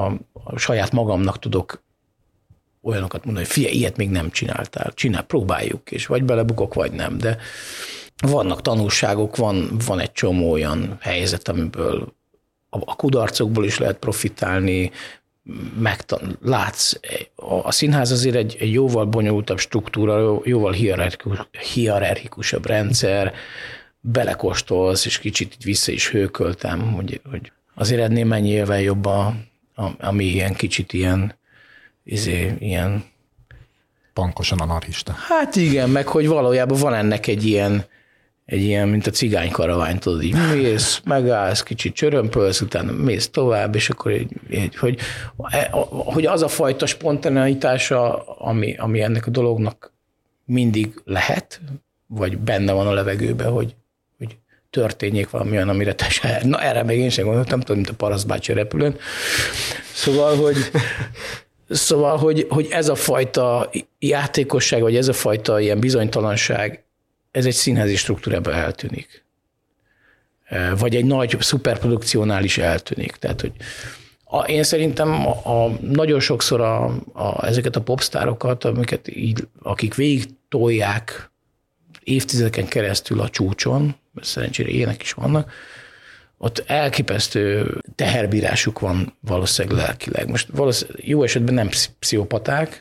saját magamnak tudok olyanokat mondani, hogy figyelj, ilyet még nem csináltál. Próbáljuk, és vagy belebukok, vagy nem. De vannak tanulságok, van egy csomó olyan helyzet, amiből a kudarcokból is lehet profitálni, látsz, a színház azért egy jóval bonyolultabb struktúra, jóval hierarchikusabb rendszer, belekóstolsz, és kicsit vissza is hőköltem, hogy azért ennél mennyivel jobb ami ilyen kicsit ilyen pankosan anarchista. Hát igen, meg hogy valójában van ennek egy ilyen egy ilyen, mint a cigánykaravány, tudod, így mész, megállsz, kicsit csörömpölsz, utána mész tovább, és akkor hogy az a fajta spontaneitása, ami ennek a dolognak mindig lehet, vagy benne van a levegőben, hogy történjék valami olyan, amire te se... Na, erre még én sem gondoltam, tudom, mint a parasztbácsi repülőn. Szóval, hogy ez a fajta játékosság, vagy ez a fajta ilyen bizonytalanság, ez egy színházi struktúrában eltűnik. Vagy egy nagy szuperprodukciónál is eltűnik. Tehát, hogy én szerintem nagyon sokszor ezeket a popsztárokat, akik végig tolják évtizedeken keresztül a csúcson, szerencsére ilyenek is vannak, ott elképesztő teherbírásuk van valószínűleg lelkileg. Most jó esetben nem pszichopaták,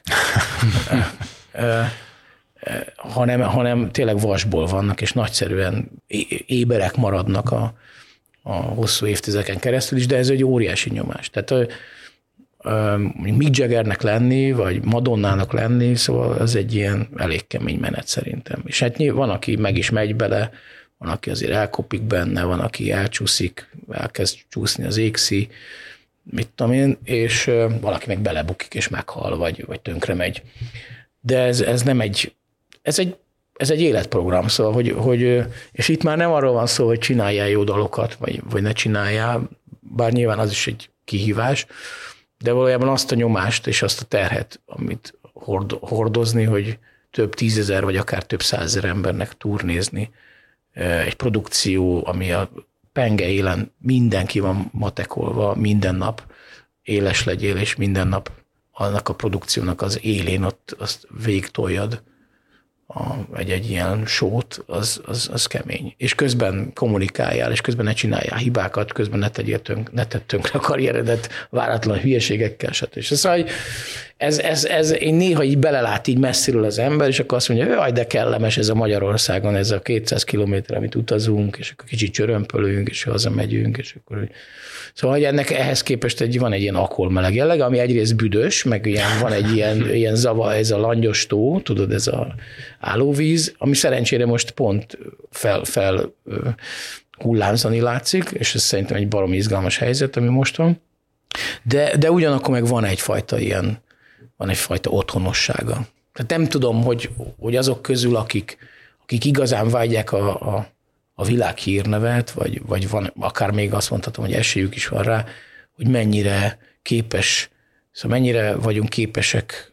hanem tényleg vasból vannak, és nagyszerűen éberek maradnak a hosszú évtizedeken keresztül is, de ez egy óriási nyomás. Tehát Mick Jaggernek lenni, vagy Madonnának lenni, szóval ez egy ilyen elég kemény menet szerintem. És hát van, aki meg is megy bele, van, aki azért elkopik benne, van, aki elcsúszik, elkezd csúszni az égszi, mit tudom én, és valaki meg belebukik és meghal, vagy tönkre megy. De ez nem ez egy életprogram, szóval, hogy és itt már nem arról van szó, hogy csináljál jó dalokat, vagy ne csináljál, bár nyilván az is egy kihívás, de valójában azt a nyomást és azt a terhet, amit hordozni, hogy több 10 000 vagy akár több 100 000 embernek turnézni, egy produkció, ami a penge élen mindenki van matekolva, minden nap éles legyél, és minden nap annak a produkciónak az élén ott azt végigtoljad egy ilyen sót, az kemény. És közben kommunikáljál, és közben ne csináljál hibákat, közben ne tedd tönkre a karrieredet váratlan hülyeségekkel, stb. Szóval ez én néha így belelát így messziről az ember, és akkor azt mondja, jaj, de kellemes ez a Magyarországon, ez a 200 kilométer, amit utazunk, és akkor kicsit csörömpölünk, és hazamegyünk, és akkor... Szóval ehhez képest van egy ilyen akolmeleg jelleg, ami egyrészt büdös, meg van egy ilyen zava, ez a langyos tó, tudod, ez a állóvíz, ami szerencsére most pont fel hullámzani látszik, és ez szerintem egy baromi izgalmas helyzet, ami most van. De ugyanakkor meg van egyfajta otthonossága. Tehát nem tudom, hogy azok közül, akik igazán vágyják a világ hírnevet, vagy van, akár még azt mondhatom, hogy esélyük is van rá, hogy mennyire vagyunk képesek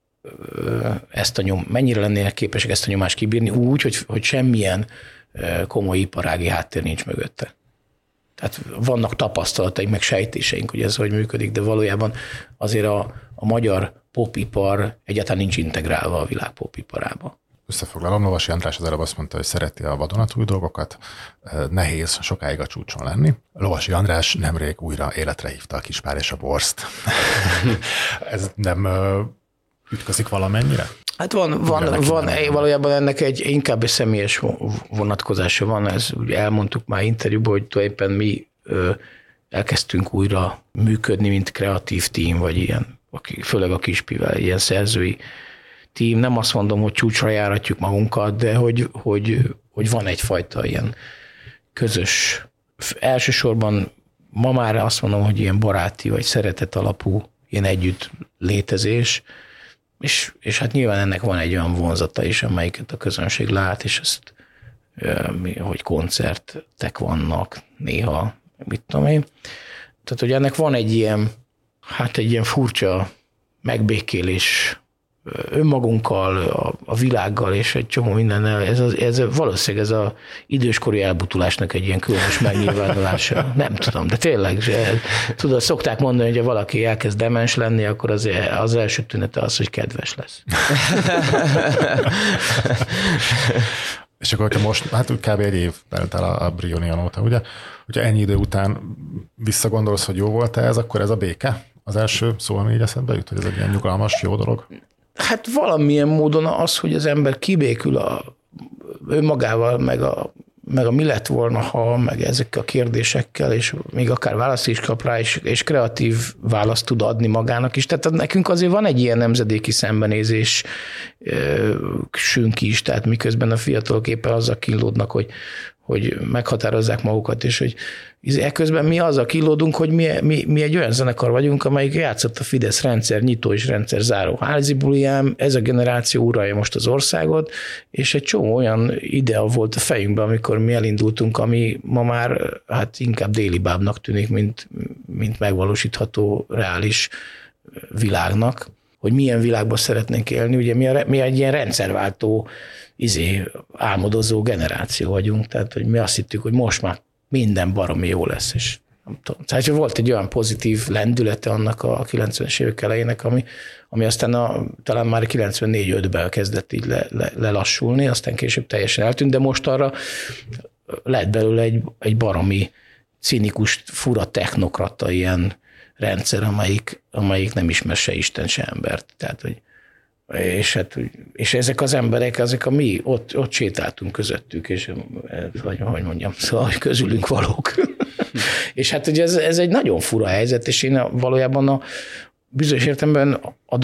mennyire lennének képesek ezt a nyomást kibírni úgy, hogy semmilyen komoly iparági háttér nincs mögötte. Tehát vannak tapasztalataink, meg sejtéseink, hogy ez hogy működik, de valójában azért a magyar popipar egyáltalán nincs integrálva a világ popiparába. Összefoglalom, Lovasi András az előbb azt mondta, hogy szereti a vadonatúj dolgokat, nehéz sokáig a csúcson lenni. Lovasi András nemrég újra életre hívta a Kispál és a Borszt. Ez nem ütközik valamennyire? Hát van valójában ennek inkább egy személyes vonatkozása van, ez ugye elmondtuk már interjúban, hogy tulajdonképpen mi elkezdtünk újra működni, mint kreatív tím, vagy ilyen, főleg a Kispivel, ilyen szerzői tím. Nem azt mondom, hogy csúcsra járatjuk magunkat, de hogy van egyfajta ilyen közös, elsősorban ma már azt mondom, hogy ilyen baráti, vagy szeretet alapú ilyen együtt létezés, és hát nyilván ennek van egy olyan vonzata is, amelyiket a közönség lát, és ezt, hogy koncertek vannak néha, mit tudom én. Tehát, hogy ennek van egy ilyen furcsa megbékélés önmagunkkal, a világgal, és egy csomó mindennel. Ez valószínűleg ez az időskori elbutulásnak egy ilyen különös megnyilvánulása. Nem tudom, de tényleg, tudod, szokták mondani, hogy ha valaki elkezd demens lenni, akkor az első tünete az, hogy kedves lesz. És akkor, hogyha most, hát kb. Egy év telt el a Brionion óta, ugye? Hogyha ennyi idő után visszagondolsz, hogy jó volt-e ez, akkor ez a béke? Az első szó, ami így eszedbe jut, hogy ez egy ilyen nyugalmas, jó dolog? Hát valamilyen módon az, hogy az ember kibékül önmagával, meg a mi lett volna, ha, meg ezekkel a kérdésekkel, és még akár választ is kap rá, és kreatív választ tud adni magának is. Tehát nekünk azért van egy ilyen nemzedéki szembenézés sünk is, tehát miközben a fiatalok éppen azzal kínlódnak, hogy meghatározzák magukat, és hogy ekközben mi azzal kínlódunk, hogy mi egy olyan zenekar vagyunk, amelyik játszott a Fidesz rendszer nyitó és rendszer záró házi buliján, ez a generáció uralja most az országot, és egy csomó olyan idea volt a fejünkben, amikor mi elindultunk, ami ma már hát inkább délibábnak tűnik, mint megvalósítható reális világnak, hogy milyen világban szeretnénk élni. Ugye mi egy ilyen rendszerváltó, álmodozó generáció vagyunk, tehát hogy mi azt hittük, hogy most már minden baromi jó lesz, és nem tudom. Tehát volt egy olyan pozitív lendülete annak a 90-es évek elejének, ami aztán talán már 94-5-ben kezdett így lelassulni, aztán később teljesen eltűnt, de most arra lett belőle egy baromi cinikus, fura technokrata ilyen rendszer, amelyik nem ismer se Isten, se embert. Tehát, hogy és ezek az emberek, mi ott sétáltunk közöttük, és hogy mondjam, szóval közülünk valók. És hát ugye ez egy nagyon fura helyzet, és én valójában bizonyos értelemben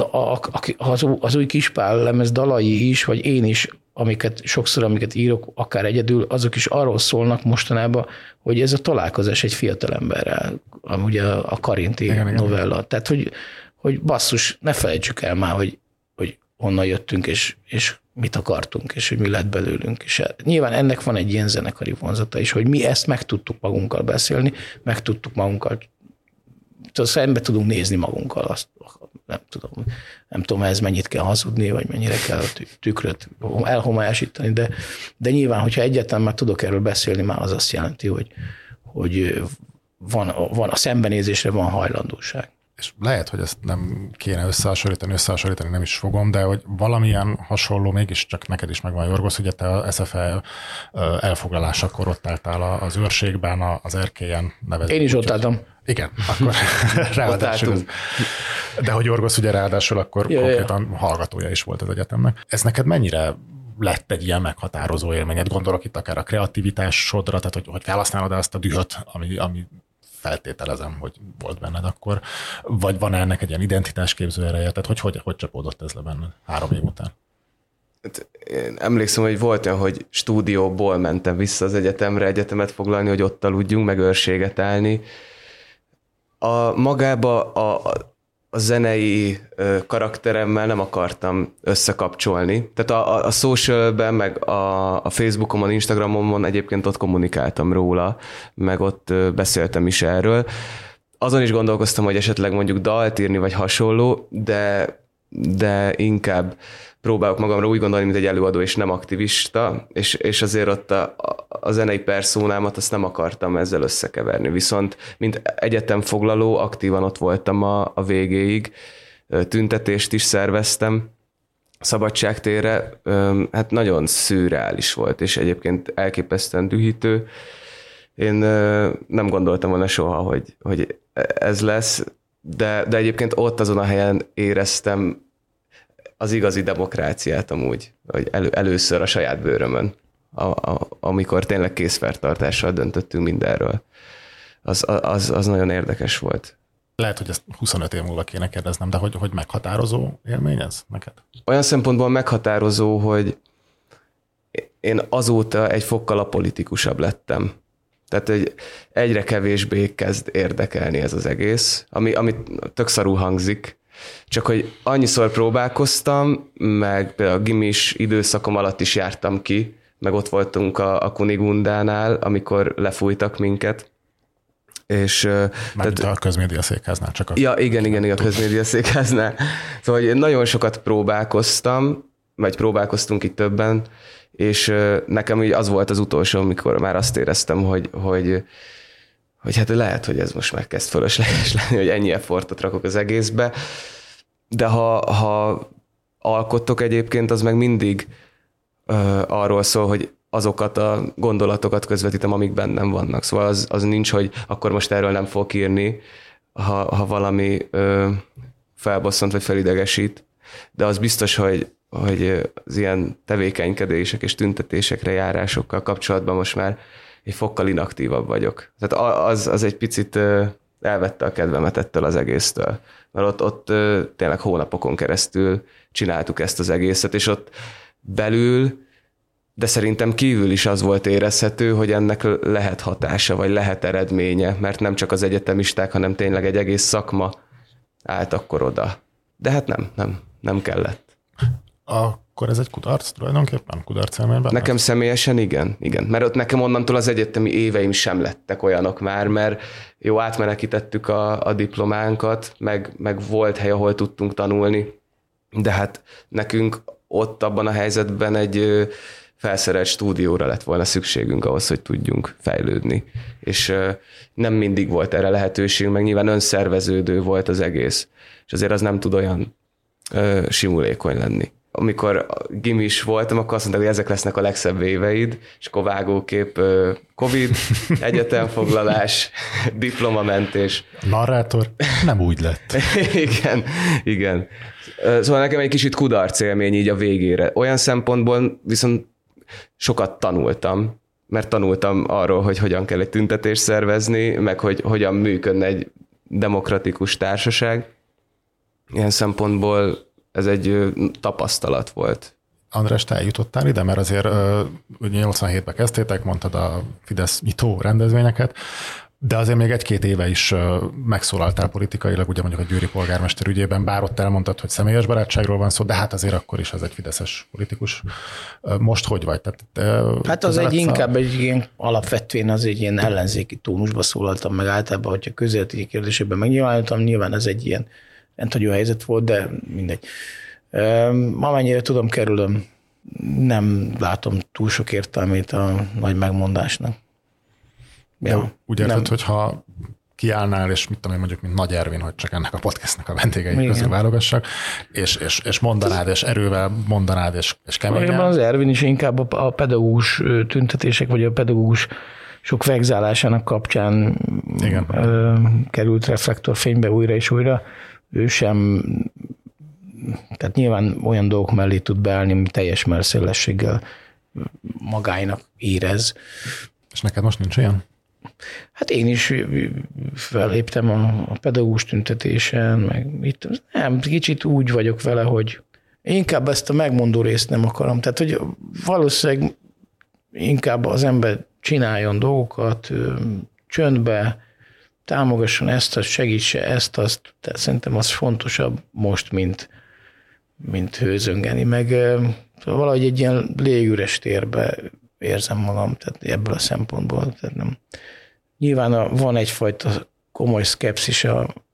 az új Kispál lemez dalai is, vagy én is, amiket írok, akár egyedül, azok is arról szólnak mostanában, hogy ez a találkozás egy fiatalemberrel, ugye a Karinti novella. Tehát, hogy basszus, ne felejtsük el már, hogy honnan jöttünk, és mit akartunk, és hogy mi lett belőlünk. És nyilván ennek van egy ilyen zenekari vonzata is, hogy mi ezt meg tudtuk magunkkal beszélni, meg tudtuk magunkkal, szembe tudunk nézni magunkkal, azt nem tudom, ez mennyit kell hazudni, vagy mennyire kell a tükröt elhomályosítani, de nyilván, hogyha egyáltalán már tudok erről beszélni, már az azt jelenti, hogy van a szembenézésre van hajlandóság. És lehet, hogy ezt nem kéne összehasonlítani nem is fogom, de hogy valamilyen hasonló mégiscsak neked is megvan, Jorgosz, ugye te a SFE elfoglalásakor ott álltál az őrségben, az erkélyen nevezik. Én is ott álltam. Igen, akkor ráadásul. De hogy Jorgosz ugye ráadásul akkor konkrétan hallgatója is volt az egyetemnek. Ez neked mennyire lett egy ilyen meghatározó élményed? Gondolok itt akár a kreativitásodra, tehát hogy felhasználod azt a dühöt, ami feltételezem, hogy volt benned akkor, vagy van ennek egy ilyen identitásképző ereje, tehát hogy csapódott ez le benned 3 év után? Én emlékszem, hogy volt olyan, hogy stúdióból mentem vissza az egyetemet foglalni, hogy ott aludjunk, meg őrséget állni. Magába a zenei karakteremmel nem akartam összekapcsolni. Tehát a socialben, meg a Facebookomon, Instagramon egyébként ott kommunikáltam róla, meg ott beszéltem is erről. Azon is gondolkoztam, hogy esetleg mondjuk dalt írni, vagy hasonló, de inkább próbálok magamra úgy gondolni, mint egy előadó, és nem aktivista, és azért ott a zenei perszónámat azt nem akartam ezzel összekeverni. Viszont, mint egyetemfoglaló, aktívan ott voltam a végéig, tüntetést is szerveztem Szabadságtérre, hát nagyon szürreális volt, és egyébként elképesztően dühítő. Én nem gondoltam volna soha, hogy ez lesz, de egyébként ott azon a helyen éreztem az igazi demokráciát amúgy, hogy először a saját bőrömön, amikor tényleg készfertartással döntöttünk mindenről. Az nagyon érdekes volt. Lehet, hogy ezt 25 év múlva kéne kérdeznem, de hogy meghatározó élmény ez neked? Olyan szempontból meghatározó, hogy én azóta egy fokkal apolitikusabb lettem. Tehát, hogy egyre kevésbé kezd érdekelni ez az egész, ami tök szarul hangzik, csak hogy annyiszor próbálkoztam, meg például a gimis időszakom alatt is jártam ki, meg ott voltunk a Kunigundánál, amikor lefújtak minket. Mármint a közmédiaszékháznál csak Ja, igen, a közmédiaszékháznál. Szóval hogy nagyon sokat próbálkoztam, vagy próbálkoztunk itt többen, és nekem így az volt az utolsó, amikor már azt éreztem, hogy hát lehet, hogy ez most már kezd fölösleges lenni, hogy ennyi effortot rakok az egészbe, de ha alkottok egyébként, az meg mindig arról szól, hogy azokat a gondolatokat közvetítem, amik bennem vannak. Szóval az nincs, hogy akkor most erről nem fogok írni, ha valami felbosszant vagy felidegesít, de az biztos, hogy az ilyen tevékenykedések és tüntetésekre járásokkal kapcsolatban most már egy fokkal inaktívabb vagyok. Tehát az egy picit elvette a kedvemet ettől az egésztől. Mert ott tényleg hónapokon keresztül csináltuk ezt az egészet, és ott belül, de szerintem kívül is az volt érezhető, hogy ennek lehet hatása, vagy lehet eredménye, mert nem csak az egyetemisták, hanem tényleg egy egész szakma állt akkor oda. De hát nem kellett. Akkor ez egy kudarc tulajdonképpen? Kudarc élményben? Nekem személyesen igen. Mert ott nekem onnantól az egyetemi éveim sem lettek olyanok már, mert jó, átmenekítettük a diplománkat, meg volt hely, ahol tudtunk tanulni, de hát nekünk ott abban a helyzetben egy felszerelt stúdióra lett volna szükségünk ahhoz, hogy tudjunk fejlődni. És nem mindig volt erre lehetőség, meg nyilván önszerveződő volt az egész. És azért az nem tud olyan simulékony lenni. Amikor gimis voltam, akkor azt mondták, hogy ezek lesznek a legszebb éveid, és akkor vágókép Covid, egyetemfoglalás, diplomamentés. Narrátor nem úgy lett. Igen. Szóval nekem egy kicsit kudarc élmény így a végére. Olyan szempontból viszont sokat tanultam, mert tanultam arról, hogy hogyan kell egy tüntetést szervezni, meg hogy hogyan működne egy demokratikus társaság. Ilyen szempontból ez egy tapasztalat volt. András, te eljutottál ide, mert azért 87-ben kezdtétek, mondtad a Fidesz nyitó rendezvényeket, de azért még 1-2 éve is megszólaltál politikailag, ugye mondjuk a győri polgármester ügyében, bár ott elmondtad, hogy személyes barátságról van szó, de hát azért akkor is az egy fideszes politikus. Most hogy vagy? Hát az inkább egy ilyen alapvetően az egy ilyen ellenzéki tónusba szólaltam meg általában, hogyha közéleti kérdésében megnyilvánultam, nyilván ez egy ilyen rendhagyó helyzet volt, de mindegy. Amennyire tudom, kerülöm, nem látom túl sok értelmét a nagy megmondásnak. Ja, úgy érted, hogyha kiállnál, és mit tudom én, mondjuk, mint Nagy Ervin, hogy csak ennek a podcastnak a vendégei közül válogassak, és mondanád, és erővel mondanád, és keményen. Az Ervin is inkább a pedagógus tüntetések, vagy a pedagógus sok vegzálásának kapcsán került reflektorfénybe újra és újra. Ő sem, tehát nyilván olyan dolgok mellé tud beállni, ami teljes merszélességgel magáinak érez. És neked most nincs ilyen? Hát én is felléptem a pedagógus tüntetésen, meg itt, nem, kicsit úgy vagyok vele, hogy inkább ezt a megmondó részt nem akarom. Tehát, hogy valószínűleg inkább az ember csináljon dolgokat, csöndbe, támogasson ezt, segítse ezt, azt. Tehát szerintem az fontosabb most, mint hőzöngeni. Meg valahogy egy ilyen légüres térbe érzem magam, tehát ebből a szempontból. Tehát nem. Nyilván van egyfajta komoly szkepszis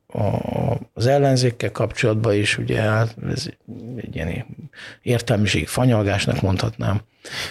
az ellenzékkel kapcsolatban is, ugye ez egy ilyen értelmiség fanyalgásnak mondhatnám,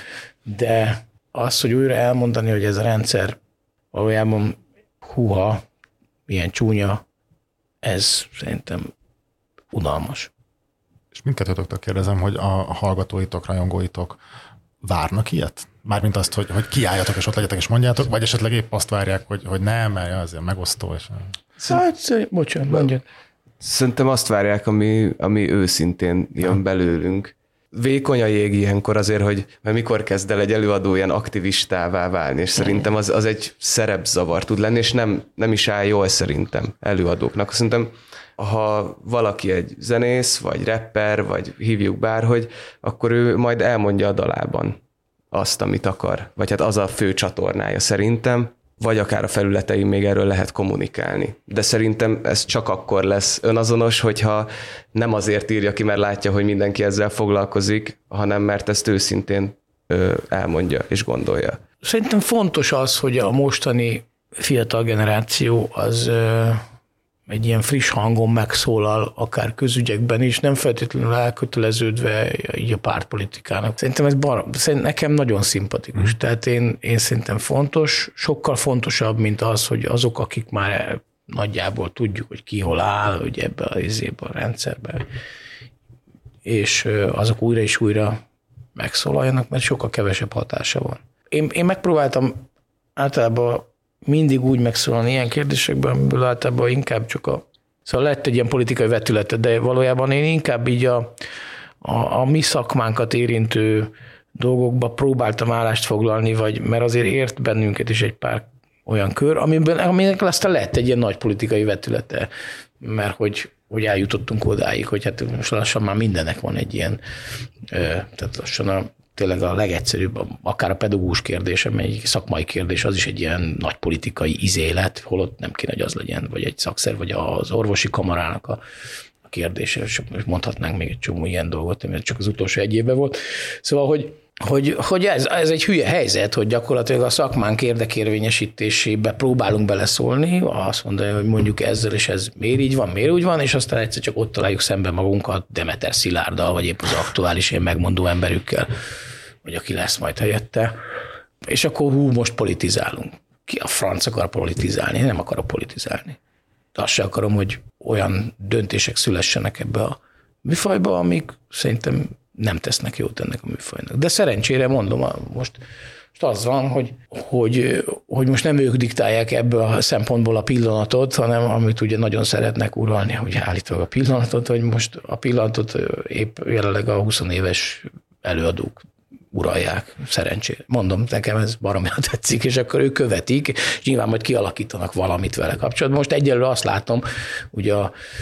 de az, hogy újra elmondani, hogy ez a rendszer valójában húha, ilyen csúnya, ez szerintem unalmas. És mindkettőtöktől kérdezem, hogy a hallgatóitok, rajongóitok várnak ilyet? Mármint azt, hogy kiálljatok, és ott legyetek, és mondjátok, vagy esetleg épp azt várják, hogy nem, mert azért megosztó. És... Bocsánat, mondjad. Szerintem azt várják, ami őszintén jön belőlünk. Vékony a jég ilyenkor azért, hogy mert mikor kezd el egy előadó ilyen aktivistává válni, és szerintem az egy szerepzavar tud lenni, és nem is áll jól szerintem előadóknak. Szerintem, ha valaki egy zenész, vagy rapper, vagy hívjuk bárhogy, akkor ő majd elmondja a dalában azt, amit akar. Vagy hát az a fő csatornája szerintem, vagy akár a felületein még erről lehet kommunikálni. De szerintem ez csak akkor lesz önazonos, hogyha nem azért írja ki, mert látja, hogy mindenki ezzel foglalkozik, hanem mert ezt őszintén elmondja és gondolja. Szerintem fontos az, hogy a mostani fiatal generáció az egy ilyen friss hangon megszólal, akár közügyekben is, nem feltétlenül elköteleződve így a pártpolitikának. Szerintem ez nekem nagyon szimpatikus. Tehát én szerintem fontos, sokkal fontosabb, mint az, hogy azok, akik már nagyjából tudjuk, hogy ki hol áll, hogy ebbe a rendszerbe, és azok újra és újra megszólaljanak, mert sokkal kevesebb hatása van. Én megpróbáltam általában mindig úgy megszólalni ilyen kérdésekben, amiből általában inkább csak szóval lett egy ilyen politikai vetülete, de valójában én inkább így a mi szakmánkat érintő dolgokba próbáltam állást foglalni, mert azért ért bennünket is egy pár olyan kör, aminek aztán lett egy ilyen nagy politikai vetülete, mert hogy eljutottunk odáig, hogy hát most lassan már mindennek van egy ilyen, tehát lassan tényleg a legegyszerűbb, akár a pedagógus kérdése, egy szakmai kérdés, az is egy ilyen nagy politikai izélet, holott nem kéne, hogy az legyen, vagy egy szakszer, vagy az orvosi kamarának a kérdése, és mondhatnánk még egy csomó ilyen dolgot, mert csak az utolsó egy évben volt. Szóval, hogy ez egy hülye helyzet, hogy gyakorlatilag a szakmánk érdekérvényesítésébe próbálunk beleszólni, azt mondani, hogy mondjuk ezzel és ez miért így van, miért úgy van, és aztán egyszer csak ott találjuk szembe magunkat Demeter Szilárddal, vagy épp az aktuális ilyen megmondó emberükkel, vagy aki lesz majd helyette. És akkor most politizálunk. Ki a franc akar politizálni? Én nem akarok politizálni. De azt se akarom, hogy olyan döntések szülessenek ebbe a műfajba, amik szerintem nem tesznek jót ennek a műfajnak. De szerencsére mondom, most az van, hogy most nem ők diktálják ebből a szempontból a pillanatot, hanem amit ugye nagyon szeretnek uralni, hogy állítólag a pillanatot, hogy most a pillanatot épp jelenleg a 20 éves előadók uralják, szerencsére. Mondom, nekem ez baromira tetszik, és akkor ők követik, és nyilván majd kialakítanak valamit vele kapcsolatban. Most egyelőre azt látom, ugye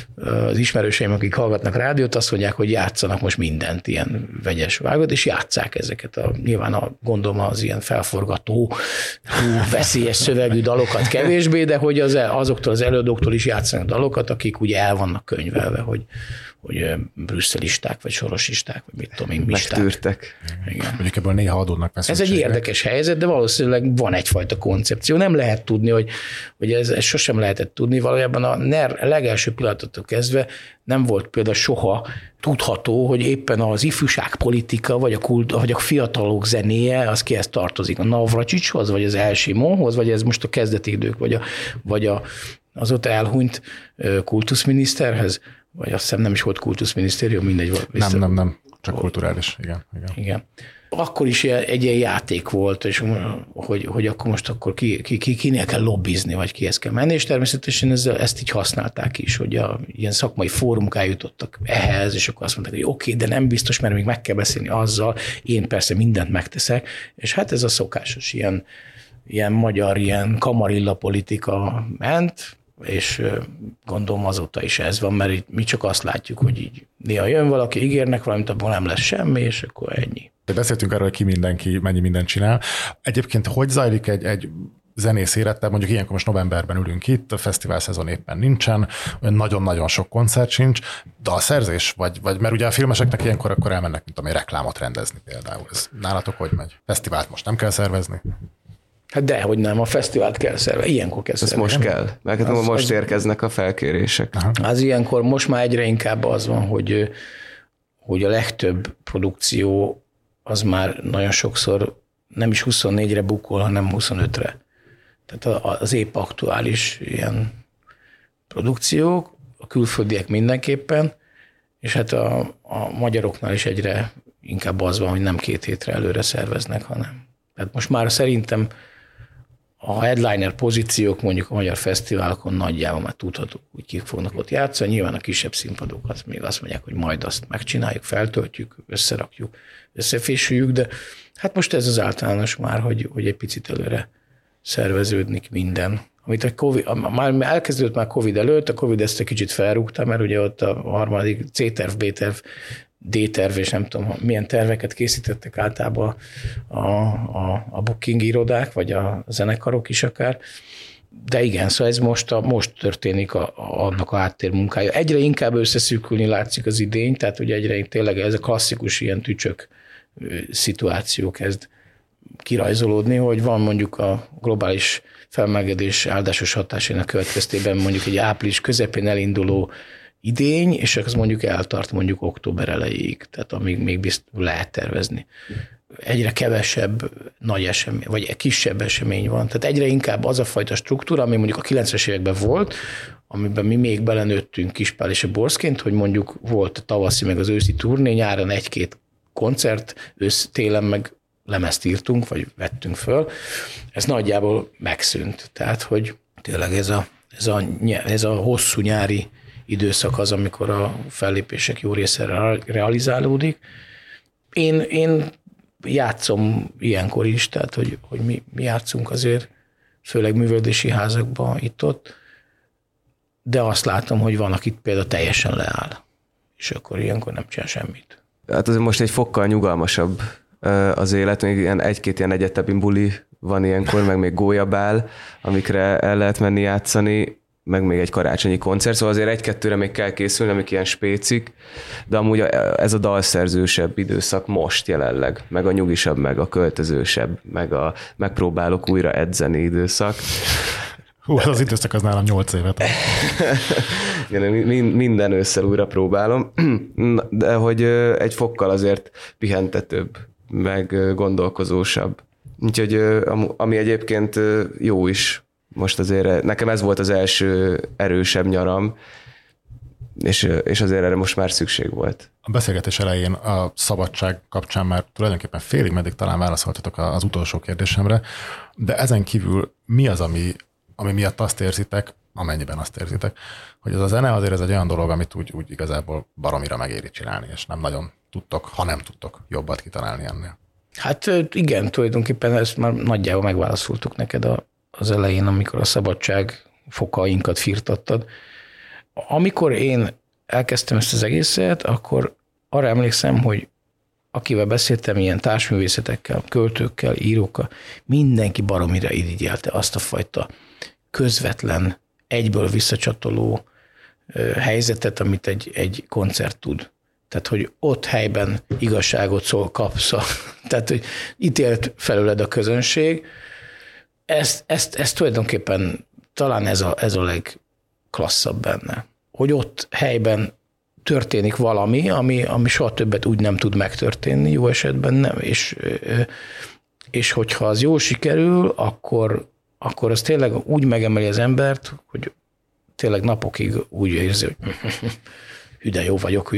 az ismerőseim, akik hallgatnak rádiót, azt mondják, hogy játszanak most mindent, ilyen vegyes vágot, és játsszák ezeket. Nyilván gondolom az ilyen felforgató, veszélyes szövegű dalokat kevésbé, de hogy azoktól az előadóktól is játszanak dalokat, akik ugye el vannak könyvelve, hogy brüsszelisták, vagy sorosisták, vagy mit tudom én, misták. Megtűrtek. Igen. Mondjuk ebből néha adódnak feszültségek. Ez egy érdekes helyzet, de valószínűleg van egyfajta koncepció. Nem lehet tudni, hogy ez sosem lehetett tudni. Valójában a NER legelső pillanattól kezdve nem volt például soha tudható, hogy éppen az ifjúságpolitika, vagy a fiatalok zenéje, az kihez tartozik. A Navracsicshoz, vagy az El Simonhoz, vagy ez most a kezdeti idők, vagy az ott elhunyt kultuszminiszterhez, vagy azt hiszem nem is volt kultuszminisztérium, mindegy volt. Nem, csak kulturális, igen. Akkor is egy ilyen játék volt, és hogy akkor most kinél kell lobbizni, vagy kihez kell menni, és természetesen ezt így használták is, hogy ilyen szakmai fórumok eljutottak ehhez, és akkor azt mondták, hogy oké, de nem biztos, mert még meg kell beszélni azzal, én persze mindent megteszek, és hát ez a szokásos ilyen magyar, ilyen kamarilla politika ment, és gondolom azóta is ez van, mert mi csak azt látjuk, hogy így néha jön valaki, ígérnek valamit, abból nem lesz semmi, és akkor ennyi. Beszéltünk arról, hogy mennyi mindent csinál. Egyébként hogy zajlik egy zenész élete, mondjuk ilyenkor most novemberben ülünk itt, a fesztivál szezon éppen nincsen, olyan nagyon-nagyon sok koncert sincs, dalszerzés, vagy mert ugye a filmeseknek ilyenkor akkor elmennek, mint amely reklámot rendezni például. Ez nálatok hogy megy? Fesztivált most nem kell szervezni? Hát dehogy nem, a fesztivált kell szervezni, ilyenkor kell szervezni. Most kell, mert most érkeznek a felkérések. Az ilyenkor most már egyre inkább az van, hogy a legtöbb produkció az már nagyon sokszor nem is 24-re bukol, hanem 25-re. Tehát az épp aktuális ilyen produkciók, a külföldiek mindenképpen, és hát a magyaroknál is egyre inkább az van, hogy nem 2 hétre előre szerveznek, hanem. Tehát most már szerintem a headliner pozíciók mondjuk a magyar fesztiválokon nagyjából már tudhatók, hogy kik fognak ott játszani. Nyilván a kisebb színpadokat még azt mondják, hogy majd azt megcsináljuk, feltöltjük, összerakjuk, összefésüljük, de hát most ez az általános már, hogy egy picit előre szerveződnik minden. Amit a COVID, már elkezdődött már Covid előtt, a Covid ezt egy kicsit felrúgta, mert ugye ott a harmadik C-terv, B-terv, D-terv, és nem tudom, milyen terveket készítettek általában a booking irodák, vagy a zenekarok is akár. De igen, szóval ez most történik annak a háttérmunkája. Egyre inkább összeszűkülni látszik az idény, tehát ugye egyre tényleg ez a klasszikus ilyen tücsök szituáció kezd kirajzolódni, hogy van mondjuk a globális felmelegedés áldásos hatásának következtében mondjuk egy április közepén elinduló idény, és az mondjuk eltart mondjuk október elejéig, tehát amíg még biztos lehet tervezni. Egyre kevesebb nagy esemény, vagy kisebb esemény van. Tehát egyre inkább az a fajta struktúra, ami mondjuk a 90-es években volt, amiben mi még belenőttünk Kispál és a Borszként, hogy mondjuk volt a tavaszi meg az őszi turné, nyáron 1-2 koncert, télen meg lemezt írtunk, vagy vettünk föl. Ez nagyjából megszűnt. Tehát, hogy tényleg ez a hosszú nyári időszak az, amikor a fellépések jó része realizálódik. Én játszom ilyenkor is, tehát hogy mi játszunk azért, főleg művelődési házakban itt-ott, de azt látom, hogy van, akit például teljesen leáll, és akkor ilyenkor nem csinál semmit. Hát azért most egy fokkal nyugalmasabb az élet, még egy-két ilyen egyetemi buli van ilyenkor, meg még gólyabál, amikre el lehet menni játszani, meg még egy karácsonyi koncert, szóval azért egy-kettőre még kell készülni, amik ilyen spécik, de amúgy ez a dalszerzősebb időszak most jelenleg, meg a nyugisabb, meg a költözősebb, meg a megpróbálok újra edzeni időszak. Hú, az időszak az nálam 8 évet. Minden ősszel újra próbálom, de hogy egy fokkal azért pihentetőbb, meg gondolkozósabb. Úgyhogy ami egyébként jó is, most azért nekem ez volt az első erősebb nyaram, és azért erre most már szükség volt. A beszélgetés elején a szabadság kapcsán már tulajdonképpen félig meddig talán válaszoltatok az utolsó kérdésemre, de ezen kívül mi az, ami miatt azt érzitek, amennyiben azt érzitek, hogy az a zene azért ez egy olyan dolog, amit úgy igazából baromira megéri csinálni, és nem nagyon tudtok, ha nem tudtok jobbat kitalálni ennél. Hát igen, tulajdonképpen ezt már nagyjából megválaszoltuk neked az elején, amikor a szabadság fokainkat firtattad. Amikor én elkezdtem ezt az egészet, akkor arra emlékszem, hogy akivel beszéltem, ilyen társművészetekkel, költőkkel, írókkal, mindenki baromira irigyelte azt a fajta közvetlen, egyből visszacsatoló helyzetet, amit egy koncert tud. Tehát, hogy ott helyben igazságot kapsz. Tehát, hogy ítélt felőled a közönség. Ez tulajdonképpen talán ez a legklasszabb benne. Hogy ott helyben történik valami, ami soha többet úgy nem tud megtörténni, jó esetben nem. És hogyha az jól sikerül, akkor az tényleg úgy megemeli az embert, hogy tényleg napokig úgy érzi, hogy hüde jó vagyok.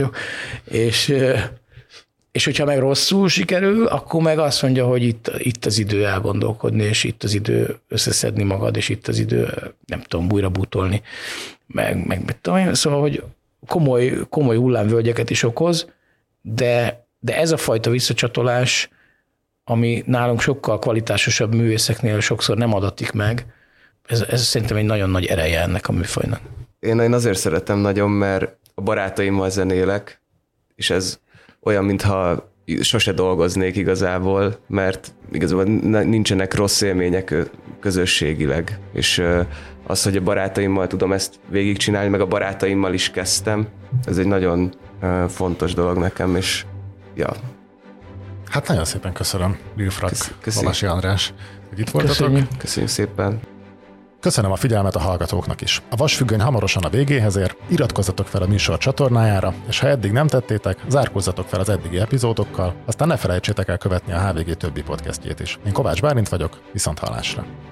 És hogyha meg rosszul sikerül, akkor meg azt mondja, hogy itt az idő elgondolkodni, és itt az idő összeszedni magad, és itt az idő, nem tudom, újra bútolni. Szóval, hogy komoly hullámvölgyeket is okoz, de ez a fajta visszacsatolás, ami nálunk sokkal kvalitásosabb művészeknél sokszor nem adatik meg, ez szerintem egy nagyon nagy ereje ennek a műfajnak. Én azért szeretem nagyon, mert a barátaimmal zenélek, és ez olyan, mintha sose dolgoznék igazából, mert igazából nincsenek rossz élmények közösségileg, és az, hogy a barátaimmal tudom ezt végigcsinálni, meg a barátaimmal is kezdtem, ez egy nagyon fontos dolog nekem, és ja. Hát nagyon szépen köszönöm, Lil Frak, Balasi András, hogy itt voltatok. Köszönjük szépen. Köszönöm a figyelmet a hallgatóknak is. A Vasfüggöny hamarosan a végéhez ér, iratkozzatok fel a műsor csatornájára, és ha eddig nem tettétek, zárkózzatok fel az eddigi epizódokkal, aztán ne felejtsétek el követni a HVG többi podcastjét is. Én Kovács Bálint vagyok, viszont hallásra.